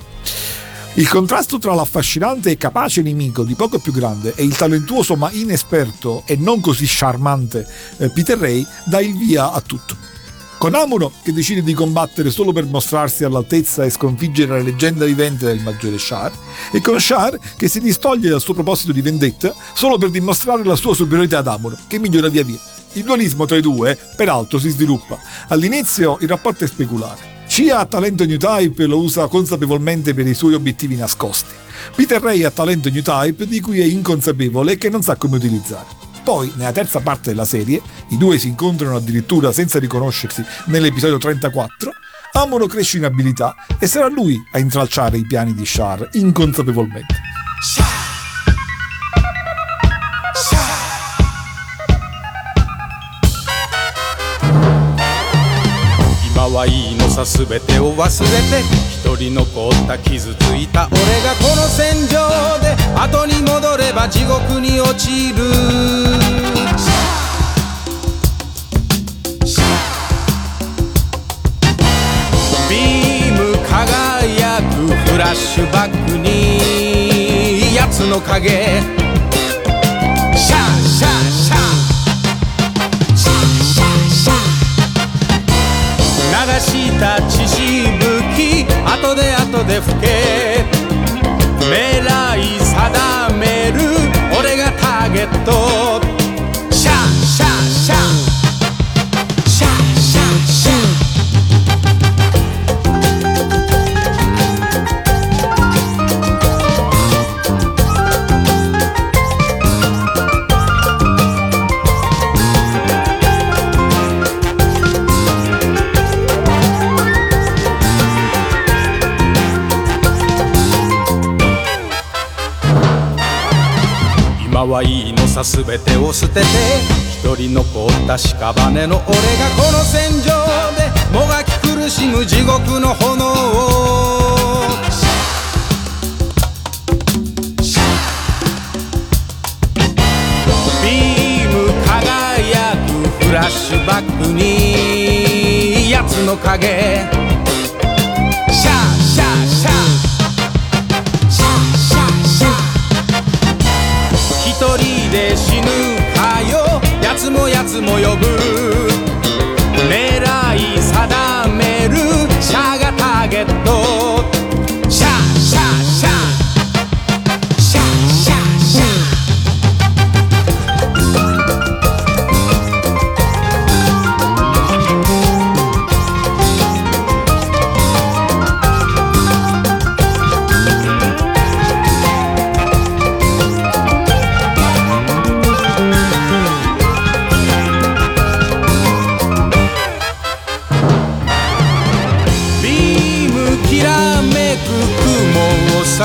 Il contrasto tra l'affascinante e capace nemico di poco più grande e il talentuoso ma inesperto e non così charmante Peter Ray dà il via a tutto. Con Amuro che decide di combattere solo per mostrarsi all'altezza e sconfiggere la leggenda vivente del maggiore Char, e con Char che si distoglie dal suo proposito di vendetta solo per dimostrare la sua superiorità ad Amuro, che migliora via via. Il dualismo tra i due, peraltro, si sviluppa. All'inizio il rapporto è speculare. Cia ha talento new type e lo usa consapevolmente per i suoi obiettivi nascosti. Peter Ray ha talento new type di cui è inconsapevole e che non sa come utilizzare. Poi, nella terza parte della serie, i due si incontrano addirittura senza riconoscersi nell'episodio 34, Amuro cresce in abilità e sarà lui a intralciare i piani di Char inconsapevolmente. Kawaiiのさすべてを忘れて一人残った傷ついた俺がこの戦場で後に戻れば地獄に落ちるビーム輝くフラッシュバックに奴の影シャーシャーシャー流した血しぶき後で後で吹け未来定める俺がターゲットシャーシャーシャーシャーシャーシャー今はいいのさ全てを捨てて一人残った屍の俺がこの戦場でもがき苦しむ地獄の炎をビーム輝くフラッシュバックに奴の影シャーシャーシャー一人で死ぬかよ奴も呼ぶ狙い定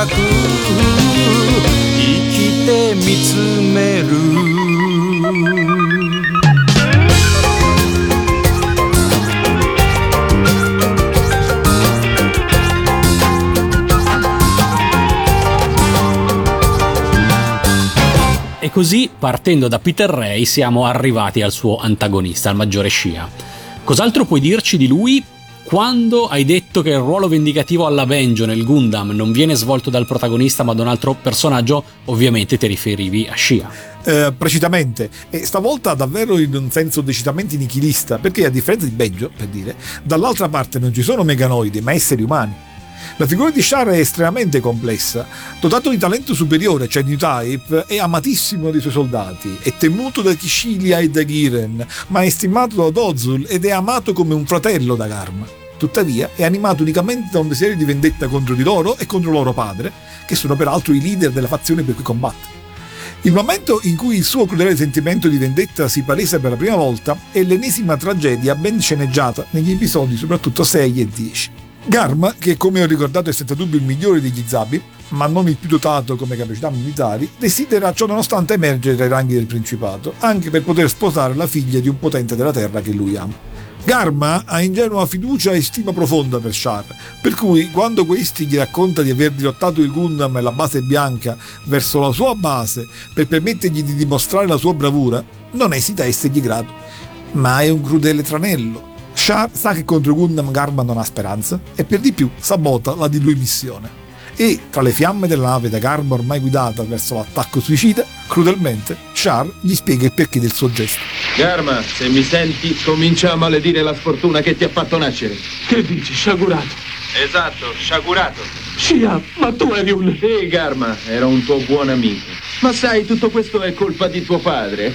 深く生きて見つめる E così, partendo da Peter Ray, siamo arrivati al suo antagonista, al maggiore Shia. Cos'altro puoi dirci di lui? Quando hai detto che il ruolo vendicativo alla Benjo nel Gundam non viene svolto dal protagonista ma da un altro personaggio, ovviamente ti riferivi a Shia. Precisamente, e stavolta davvero in un senso decisamente nichilista, perché a differenza di Benjo, per dire, dall'altra parte non ci sono meganoidi ma esseri umani. La figura di Char è estremamente complessa. Dotato di talento superiore, cioè New Type, è amatissimo dai suoi soldati, è temuto da Kishilia e da Giren, ma è stimato da Ozul ed è amato come un fratello da Garma. Tuttavia è animato unicamente da un desiderio di vendetta contro di loro e contro loro padre, che sono peraltro i leader della fazione per cui combatte. Il momento in cui il suo crudele sentimento di vendetta si palesa per la prima volta è l'ennesima tragedia ben sceneggiata negli episodi soprattutto 6 e 10. Garma, che come ho ricordato è senza dubbio il migliore degli Zabi, ma non il più dotato come capacità militari, desidera ciò nonostante emergere dai ranghi del Principato, anche per poter sposare la figlia di un potente della terra che lui ama. Garma ha ingenua fiducia e stima profonda per Char, per cui quando questi gli racconta di aver dirottato il Gundam e la base bianca verso la sua base per permettergli di dimostrare la sua bravura, non esita a essergli grato. Ma è un crudele tranello. Char sa che contro Gundam Garma non ha speranza e per di più sabota la di lui missione. E tra le fiamme della nave da Garma ormai guidata verso l'attacco suicida, crudelmente Char gli spiega il perché del suo gesto. Garma, se mi senti, comincia a maledire la sfortuna che ti ha fatto nascere. Che dici, sciagurato? Esatto, sciagurato. Shia, ma tu eri un... Sì, Garma, era un tuo buon amico. Ma sai, tutto questo è colpa di tuo padre.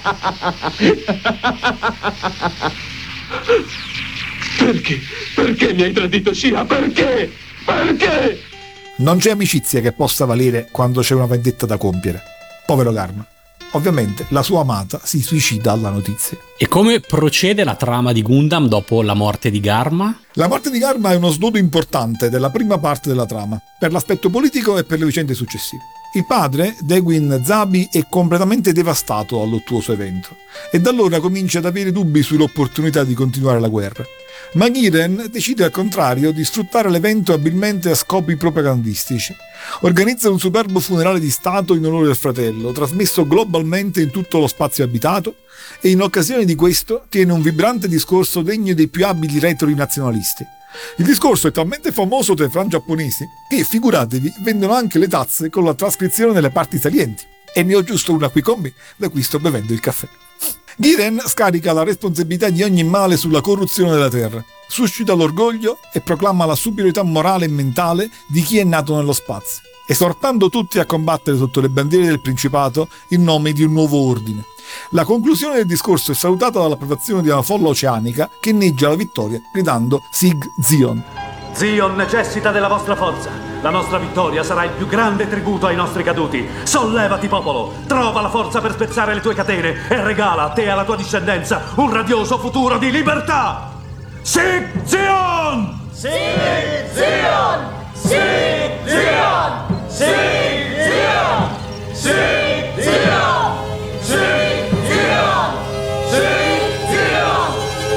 Perché? Perché mi hai tradito, Shia? Perché? Perché? Non c'è amicizia che possa valere quando c'è una vendetta da compiere. Povero Garma. Ovviamente la sua amata si suicida alla notizia. E come procede la trama di Gundam dopo la morte di Garma? La morte di Garma è uno snodo importante della prima parte della trama, per l'aspetto politico e per le vicende successive. Il padre, Degwin Zabi, è completamente devastato dal luttuoso evento e da allora comincia ad avere dubbi sull'opportunità di continuare la guerra. Ma Giren decide al contrario di sfruttare l'evento abilmente a scopi propagandistici. Organizza un superbo funerale di Stato in onore del fratello, trasmesso globalmente in tutto lo spazio abitato, e in occasione di questo tiene un vibrante discorso degno dei più abili retori nazionalisti. Il discorso è talmente famoso tra i fan giapponesi che, figuratevi, vendono anche le tazze con la trascrizione delle parti salienti. E ne ho giusto una qui con me, da cui sto bevendo il caffè. Giren scarica la responsabilità di ogni male sulla corruzione della terra, suscita l'orgoglio e proclama la superiorità morale e mentale di chi è nato nello spazio, esortando tutti a combattere sotto le bandiere del Principato in nome di un nuovo ordine. La conclusione del discorso è salutata dall'approvazione di una folla oceanica che inneggia la vittoria gridando Sig Zion. Zion necessita della vostra forza. La nostra vittoria sarà il più grande tributo ai nostri caduti. Sollevati, popolo! Trova la forza per spezzare le tue catene e regala a te e alla tua discendenza un radioso futuro di libertà! Sig Zion! Sig Zion! Sig Zion! Sig Zion! Sig Zion! Sig Zion! Sig Zion!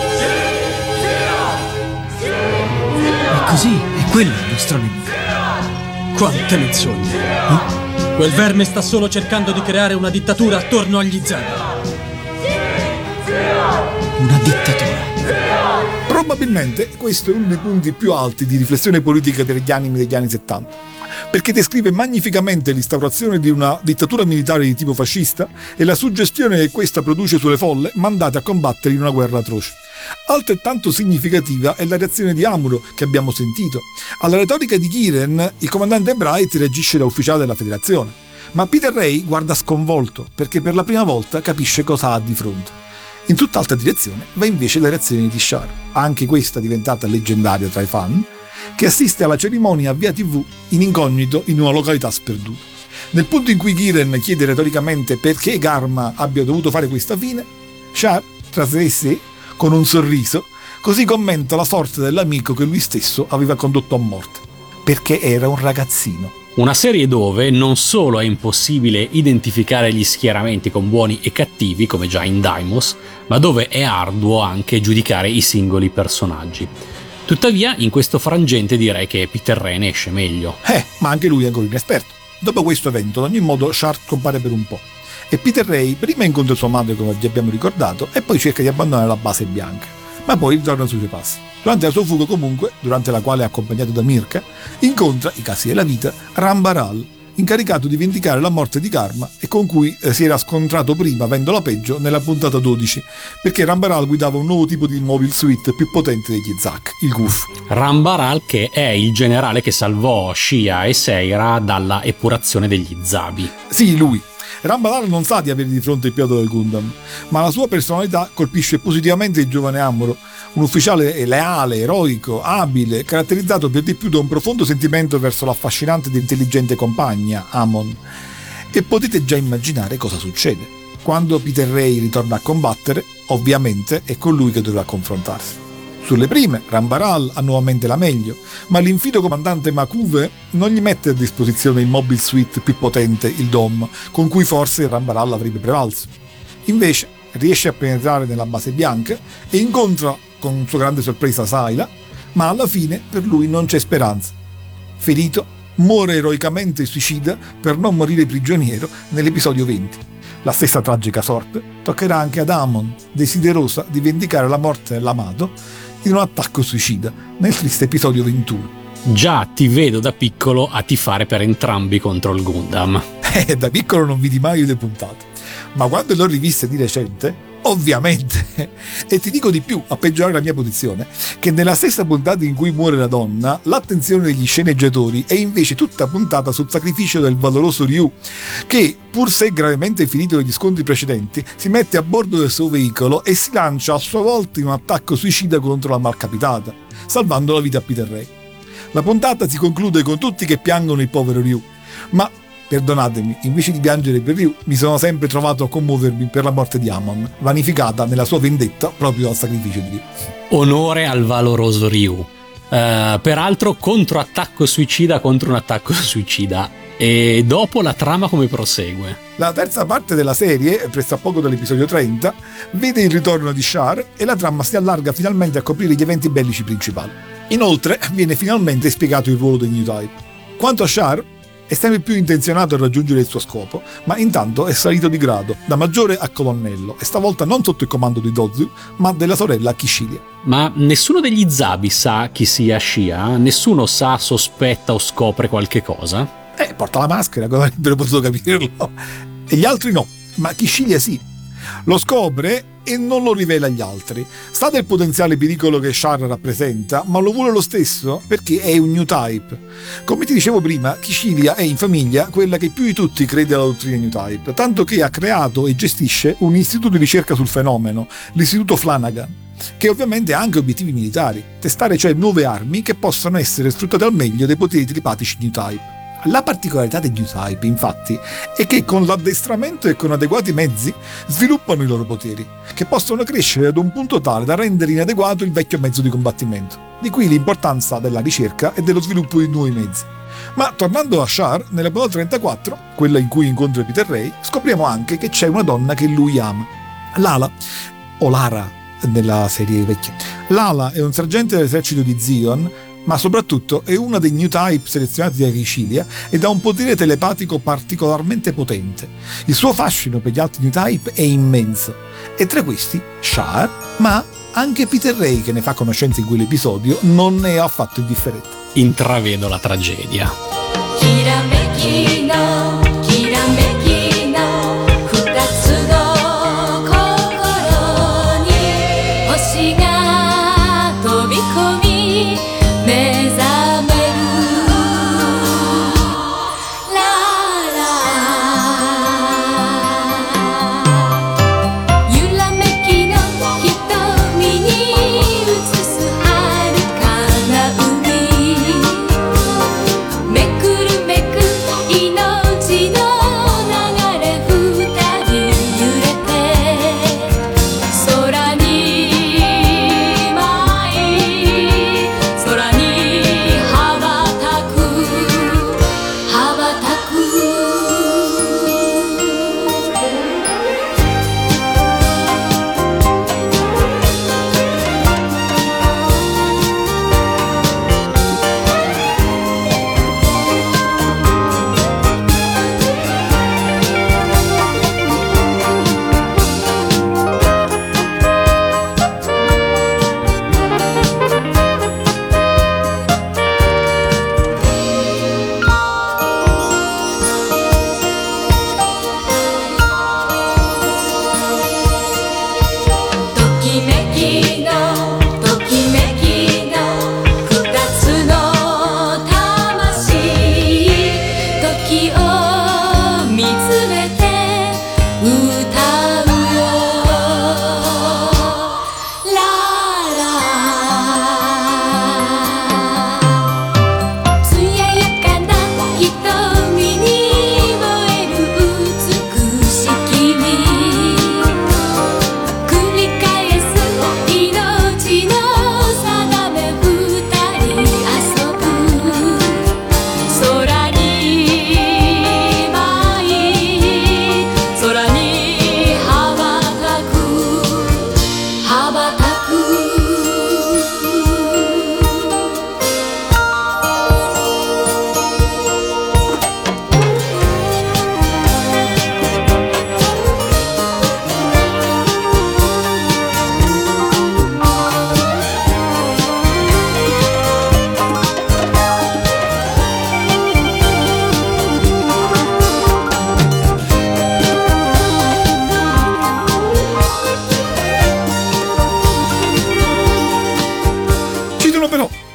Sig Zion! E così è quello il nostro nemico. Quante menzogne! Quel verme sta solo cercando di creare una dittatura attorno agli Zabi. Una dittatura. Probabilmente questo è uno dei punti più alti di riflessione politica degli anime degli anni 70, perché descrive magnificamente l'instaurazione di una dittatura militare di tipo fascista e la suggestione che questa produce sulle folle mandate a combattere in una guerra atroce. Altrettanto significativa è la reazione di Amuro che abbiamo sentito. Alla retorica di Giren il comandante Bright reagisce da ufficiale della federazione, ma Peter Ray guarda sconvolto perché per la prima volta capisce cosa ha di fronte. In tutt'altra direzione va invece la reazione di Char, anche questa diventata leggendaria tra i fan, che assiste alla cerimonia via TV in incognito in una località sperduta. Nel punto in cui Giren chiede retoricamente perché Garma abbia dovuto fare questa fine, Char, tra sé e sé, con un sorriso, così commenta la sorte dell'amico che lui stesso aveva condotto a morte. Perché era un ragazzino. Una serie dove non solo è impossibile identificare gli schieramenti con buoni e cattivi, come già in Daimos, ma dove è arduo anche giudicare i singoli personaggi. Tuttavia, in questo frangente direi che Peter Ray ne esce meglio. Ma anche lui è ancora inesperto. Dopo questo evento, ad ogni modo, Char compare per un po'. E Peter Ray prima incontra sua madre, come vi abbiamo ricordato, e poi cerca di abbandonare la base bianca. Ma poi ritorna sui suoi passi. Durante la sua fuga comunque, durante la quale è accompagnato da Mirka, incontra, i casi della vita, Rambaral, incaricato di vendicare la morte di Karma e con cui si era scontrato prima, avendola peggio, nella puntata 12, perché Rambaral guidava un nuovo tipo di mobile suite più potente degli Zack, il Goof. Rambaral, che è il generale che salvò Shia e Seira dalla epurazione degli Zabi. Sì, lui. Rambaral non sa di avere di fronte il pilota del Gundam, ma la sua personalità colpisce positivamente il giovane Amuro, un ufficiale leale, eroico, abile, caratterizzato per di più da un profondo sentimento verso l'affascinante ed intelligente compagna, Amon. E potete già immaginare cosa succede. Quando Peter Ray ritorna a combattere, ovviamente è con lui che dovrà confrontarsi. Sulle prime, Rambaral ha nuovamente la meglio, ma l'infido comandante Makuve non gli mette a disposizione il mobile suite più potente, il Dom, con cui forse Rambaral avrebbe prevalso. Invece, riesce a penetrare nella base bianca e incontra con sua grande sorpresa Sayla, ma alla fine per lui non c'è speranza. Ferito, muore eroicamente suicida per non morire prigioniero nell'episodio 20. La stessa tragica sorte toccherà anche ad Amon, desiderosa di vendicare la morte dell'amato in un attacco suicida nel triste episodio 21. Già ti vedo da piccolo a tifare per entrambi contro il Gundam. Da piccolo non vidi mai le puntate, ma quando l'ho riviste di recente, ovviamente, e ti dico di più, a peggiorare la mia posizione, che nella stessa puntata in cui muore la donna, l'attenzione degli sceneggiatori è invece tutta puntata sul sacrificio del valoroso Ryu, che, pur se gravemente finito negli scontri precedenti, si mette a bordo del suo veicolo e si lancia a sua volta in un attacco suicida contro la malcapitata, salvando la vita a Peter Ray. La puntata si conclude con tutti che piangono il povero Ryu, ma perdonatemi, invece di piangere per Ryu, mi sono sempre trovato a commuovermi per la morte di Amon, vanificata nella sua vendetta proprio dal sacrificio di Ryu. Onore al valoroso Ryu. Peraltro controattacco suicida contro un attacco suicida. E dopo la trama come prosegue? La terza parte della serie, pressappoco dall'episodio 30, vede il ritorno di Char e la trama si allarga finalmente a coprire gli eventi bellici principali. Inoltre viene finalmente spiegato il ruolo dei New Type. Quanto a Char, è sempre più intenzionato a raggiungere il suo scopo, ma intanto è salito di grado, da maggiore a colonnello, e stavolta non sotto il comando di Dozu, ma della sorella Kishilia. Ma nessuno degli Zabi sa chi sia Shia? Nessuno sa, sospetta o scopre qualche cosa? Porta la maschera, come avrebbero potuto capirlo. E gli altri no, ma Kishilia sì. Lo scopre e non lo rivela agli altri. Sa del potenziale pericolo che Char rappresenta, ma lo vuole lo stesso perché è un New Type. Come ti dicevo prima, Kishilia è in famiglia quella che più di tutti crede alla dottrina New Type, tanto che ha creato e gestisce un istituto di ricerca sul fenomeno, l'istituto Flanagan, che ovviamente ha anche obiettivi militari, testare cioè nuove armi che possano essere sfruttate al meglio dai poteri telepatici New Type. La particolarità degli New-Type, infatti, è che con l'addestramento e con adeguati mezzi sviluppano i loro poteri, che possono crescere ad un punto tale da rendere inadeguato il vecchio mezzo di combattimento. Di qui l'importanza della ricerca e dello sviluppo di nuovi mezzi. Ma tornando a Char, nella puntata 34, quella in cui incontra Peter Ray, scopriamo anche che c'è una donna che lui ama. Lala, o Lara nella serie vecchia. Lala è un sergente dell'esercito di Zion, ma soprattutto è una dei New Type selezionati da Kishilia ed ha un potere telepatico particolarmente potente. Il suo fascino per gli altri New Type è immenso, e tra questi Char, ma anche Peter Ray, che ne fa conoscenza in quell'episodio, non ne è affatto indifferente. Intravedo la tragedia.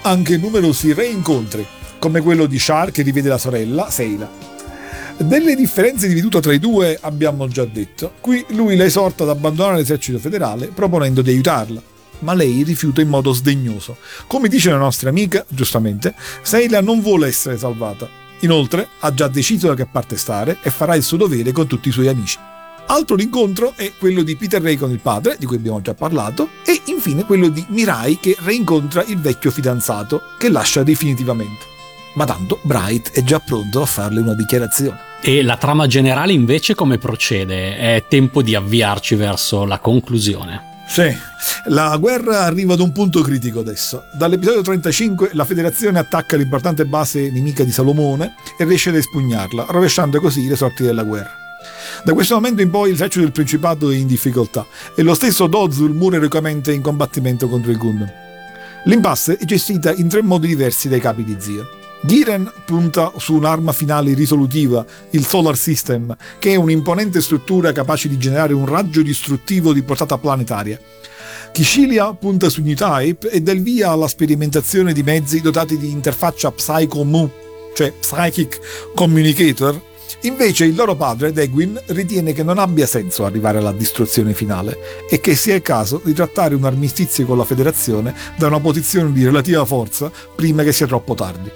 anche numerosi reincontri, come quello di Char che rivede la sorella, Seyla. Delle differenze di veduta tra i due abbiamo già detto. Qui lui la esorta ad abbandonare l'esercito federale proponendo di aiutarla, ma lei rifiuta in modo sdegnoso. Come dice la nostra amica, giustamente, Seyla non vuole essere salvata. Inoltre ha già deciso da che parte stare e farà il suo dovere con tutti i suoi amici. Altro rincontro è quello di Peter Ray con il padre, di cui abbiamo già parlato, e infine quello di Mirai che reincontra il vecchio fidanzato che lascia definitivamente. Ma tanto Bright è già pronto a farle una dichiarazione. E la trama generale invece come procede? È tempo di avviarci verso la conclusione. Sì, la guerra arriva ad un punto critico adesso. Dall'episodio 35 la Federazione attacca l'importante base nemica di Salomone e riesce ad espugnarla, rovesciando così le sorti della guerra. Da questo momento in poi l'esercito del Principato è in difficoltà e lo stesso Dozul muore eroicamente in combattimento contro il Gundam. L'impasse è gestita in 3 modi diversi dai capi di Zion. Giren punta su un'arma finale risolutiva, il Solar System, che è un'imponente struttura capace di generare un raggio distruttivo di portata planetaria. Kishilia punta su New-Type e dà il via alla sperimentazione di mezzi dotati di interfaccia Psycho-Mu, cioè Psychic Communicator. Invece il loro padre, Degwin, ritiene che non abbia senso arrivare alla distruzione finale e che sia il caso di trattare un armistizio con la Federazione da una posizione di relativa forza prima che sia troppo tardi.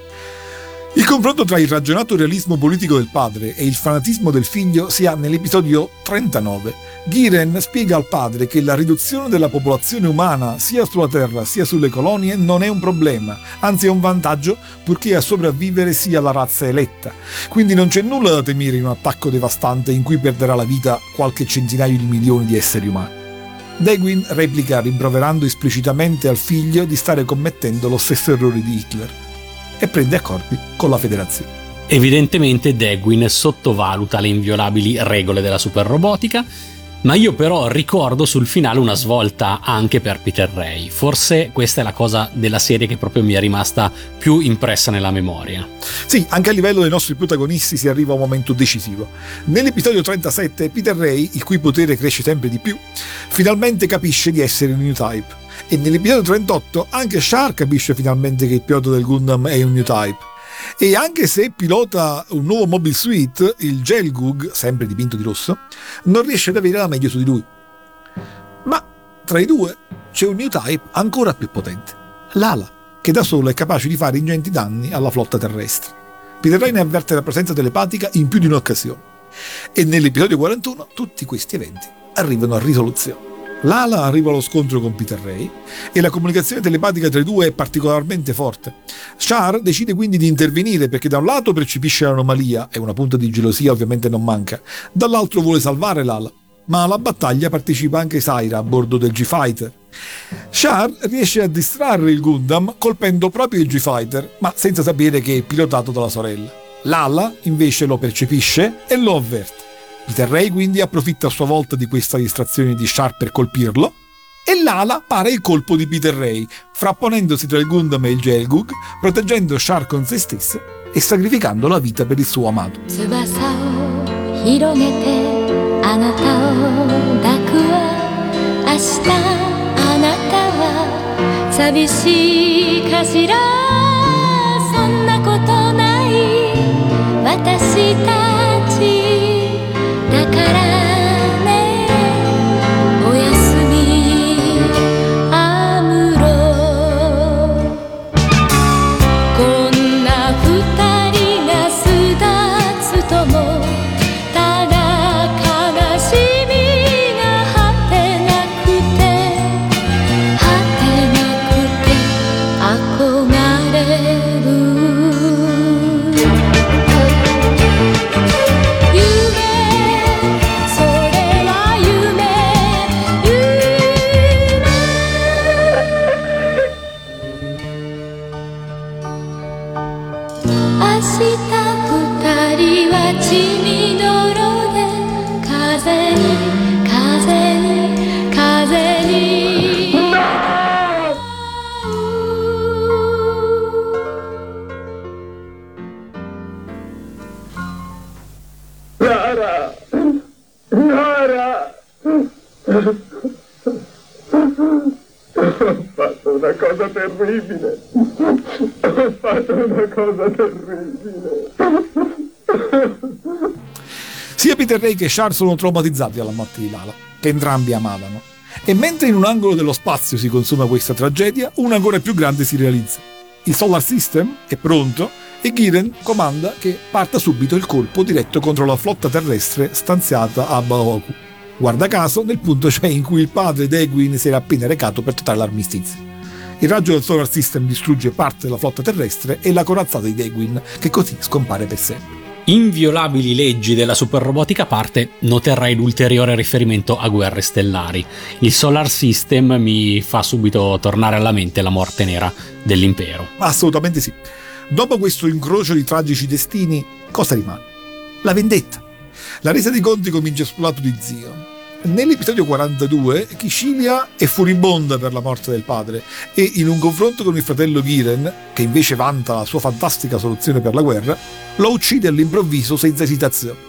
Il confronto tra il ragionato realismo politico del padre e il fanatismo del figlio si ha nell'episodio 39. Giren spiega al padre che la riduzione della popolazione umana sia sulla Terra sia sulle colonie non è un problema, anzi è un vantaggio purché a sopravvivere sia la razza eletta. Quindi non c'è nulla da temere in un attacco devastante in cui perderà la vita qualche centinaio di milioni di esseri umani. Degwin replica rimproverando esplicitamente al figlio di stare commettendo lo stesso errore di Hitler e prende accordi con la Federazione. Evidentemente Degwin sottovaluta le inviolabili regole della superrobotica, ma io però ricordo sul finale una svolta anche per Peter Ray. Forse questa è la cosa della serie che proprio mi è rimasta più impressa nella memoria. Sì, anche a livello dei nostri protagonisti si arriva a un momento decisivo. Nell'episodio 37 Peter Ray, il cui potere cresce sempre di più, finalmente capisce di essere un New-Type. E nell'episodio 38 anche Char capisce finalmente che il pilota del Gundam è un New-Type. E anche se pilota un nuovo Mobile Suit, il Gelgug, sempre dipinto di rosso, non riesce ad avere la meglio su di lui. Ma tra i due c'è un New-Type ancora più potente, l'Ala, che da solo è capace di fare ingenti danni alla flotta terrestre. Peter Ray ne avverte la presenza telepatica in più di un'occasione. E nell'episodio 41 tutti questi eventi arrivano a risoluzione. L'Ala arriva allo scontro con Peter Ray e la comunicazione telepatica tra i due è particolarmente forte. Char decide quindi di intervenire perché da un lato percepisce l'anomalia e una punta di gelosia ovviamente non manca, dall'altro vuole salvare l'Ala, ma alla battaglia partecipa anche Saira a bordo del G-Fighter. Char riesce a distrarre il Gundam colpendo proprio il G-Fighter, ma senza sapere che è pilotato dalla sorella. L'Ala invece lo percepisce e lo avverte. Peter Ray quindi approfitta a sua volta di questa distrazione di Char per colpirlo e l'Ala para il colpo di Peter Ray, frapponendosi tra il Gundam e il Gelgug, proteggendo Char con se stesso e sacrificando la vita per il suo amato. だからねおやすみアムロこんな二人が巣立つともただ悲しみが果てなくて憧れる Ho fatto una cosa terribile. fatto una cosa terribile. Sia Peter Ray che Char sono traumatizzati dalla morte di Lala, che entrambi amavano. E mentre in un angolo dello spazio si consuma questa tragedia, una ancora più grande si realizza. Il Solar System è pronto e Giren comanda che parta subito il colpo diretto contro la flotta terrestre stanziata a Baoku. Guarda caso, nel punto cioè in cui il padre di Egwene si era appena recato per tentare l'armistizio. Il raggio del Solar System distrugge parte della flotta terrestre e la corazzata di Egwene, che così scompare per sempre. Inviolabili leggi della superrobotica a parte, noterai l'ulteriore riferimento a guerre stellari. Il Solar System mi fa subito tornare alla mente la morte nera dell'impero. Assolutamente sì. Dopo questo incrocio di tragici destini, cosa rimane? La vendetta. La resa dei conti comincia sul lato di Zion. Nell'episodio 42 Kishilia è furibonda per la morte del padre e in un confronto con il fratello Giren, che invece vanta la sua fantastica soluzione per la guerra, lo uccide all'improvviso senza esitazione.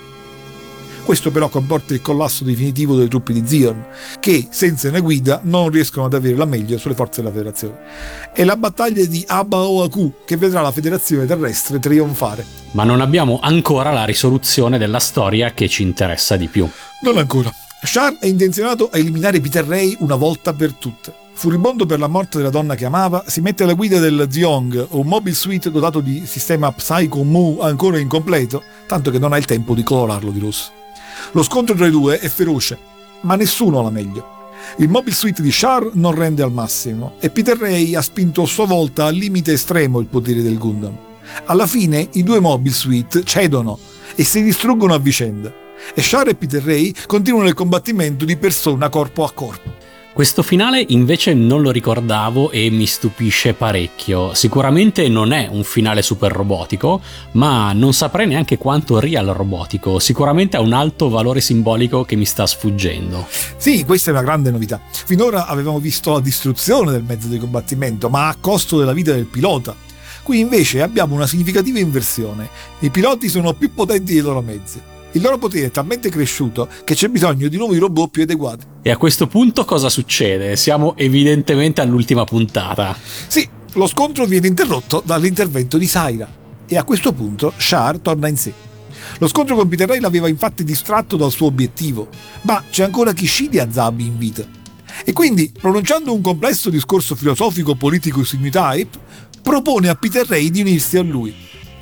Questo però comporta il collasso definitivo delle truppe di Zion, che senza una guida non riescono ad avere la meglio sulle forze della federazione. È la battaglia di Abaoaku che vedrà la federazione terrestre trionfare. Ma non abbiamo ancora la risoluzione della storia che ci interessa di più. Non ancora. Char è intenzionato a eliminare Peter Ray una volta per tutte. Furibondo per la morte della donna che amava, si mette alla guida del Zeong, un mobile suit dotato di sistema Psycho Mu ancora incompleto, tanto che non ha il tempo di colorarlo di rosso. Lo scontro tra i due è feroce, ma nessuno ha la meglio. Il mobile suit di Char non rende al massimo e Peter Ray ha spinto a sua volta al limite estremo il potere del Gundam. Alla fine i due mobile suit cedono e si distruggono a vicenda. E Char e Peter Ray continuano il combattimento di persona corpo a corpo. Questo finale invece non lo ricordavo e mi stupisce parecchio. Sicuramente non è un finale super robotico, ma non saprei neanche quanto real robotico. Sicuramente ha un alto valore simbolico che mi sta sfuggendo. Sì, questa è una grande novità. Finora avevamo visto la distruzione del mezzo di combattimento, ma a costo della vita del pilota. Qui invece abbiamo una significativa inversione. I piloti sono più potenti dei loro mezzi. Il loro potere è talmente cresciuto che c'è bisogno di nuovi robot più adeguati. E a questo punto cosa succede? Siamo evidentemente all'ultima puntata. Sì, lo scontro viene interrotto dall'intervento di Saira. E a questo punto Char torna in sé. Lo scontro con Peter Ray l'aveva infatti distratto dal suo obiettivo, ma c'è ancora Kishilia Zabi in vita. E quindi, pronunciando un complesso discorso filosofico politico su New Type, propone a Peter Ray di unirsi a lui.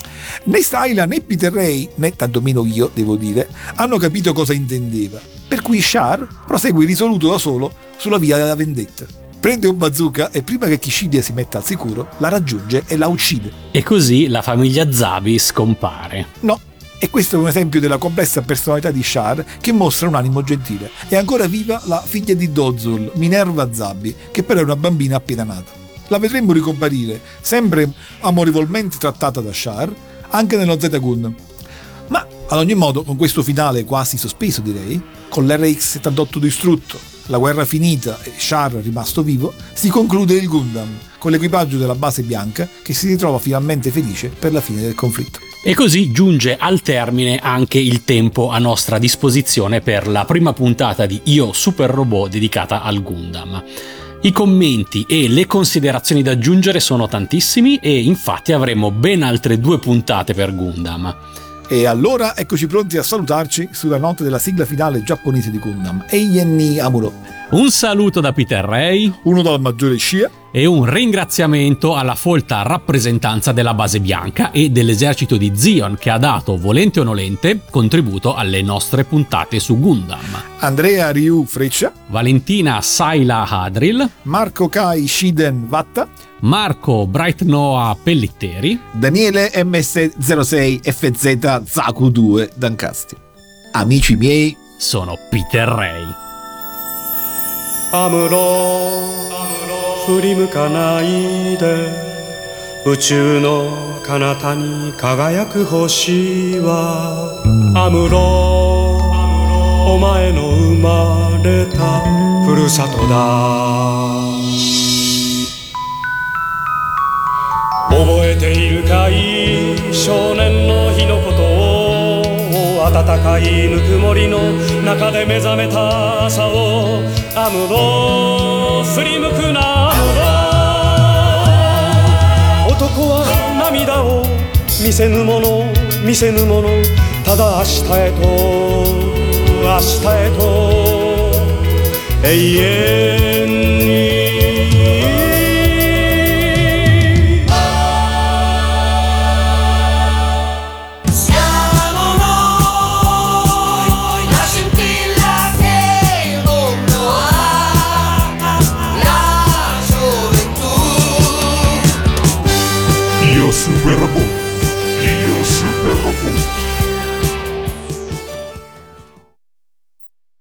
Né Styla né Peter Ray, né tantomeno io, devo dire, hanno capito cosa intendeva, per cui Char prosegue risoluto da solo sulla via della vendetta. Prende un bazooka e prima che Kishilia si metta al sicuro, la raggiunge e la uccide. E così la famiglia Zabi scompare. No, e questo è un esempio della complessa personalità di Char che mostra un animo gentile. È ancora viva la figlia di Dozul, Minerva Zabi, che però è una bambina appena nata. La vedremo ricomparire, sempre amorevolmente trattata da Char, anche nello Z Gundam. Ma ad ogni modo, con questo finale quasi sospeso, direi, con l'RX-78 distrutto, la guerra finita e Char rimasto vivo, si conclude il Gundam, con l'equipaggio della base bianca che si ritrova finalmente felice per la fine del conflitto. E così giunge al termine anche il tempo a nostra disposizione per la prima puntata di Io Super Robot dedicata al Gundam. I commenti e le considerazioni da aggiungere sono tantissimi e infatti avremo ben altre 2 puntate per Gundam. E allora eccoci pronti a salutarci sulla notte della sigla finale giapponese di Gundam, Eien Amuro. Un saluto da Peter Ray, uno dal maggiore Shia, e un ringraziamento alla folta rappresentanza della base bianca e dell'esercito di Zion che ha dato, volente o nolente, contributo alle nostre puntate su Gundam. Andrea Ryu Freccia, Valentina Saila Hadril, Marco Kai Shiden Vatta, Marco Bright Noah Pellitteri, Daniele MS06 FZ Zaku 2 Dancasti. Amici miei, sono Peter Ray. アムロ振り向かないで宇宙の彼方に輝く星はアムロお前の生まれたふるさとだ覚えているかい少年の日のことを暖かいぬくもりの中で目覚めた朝をアムロ振り向くなアムロ男は涙を見せぬもの見せぬものただ明日へと明日へと永遠に Super Robot. Io Super Robot.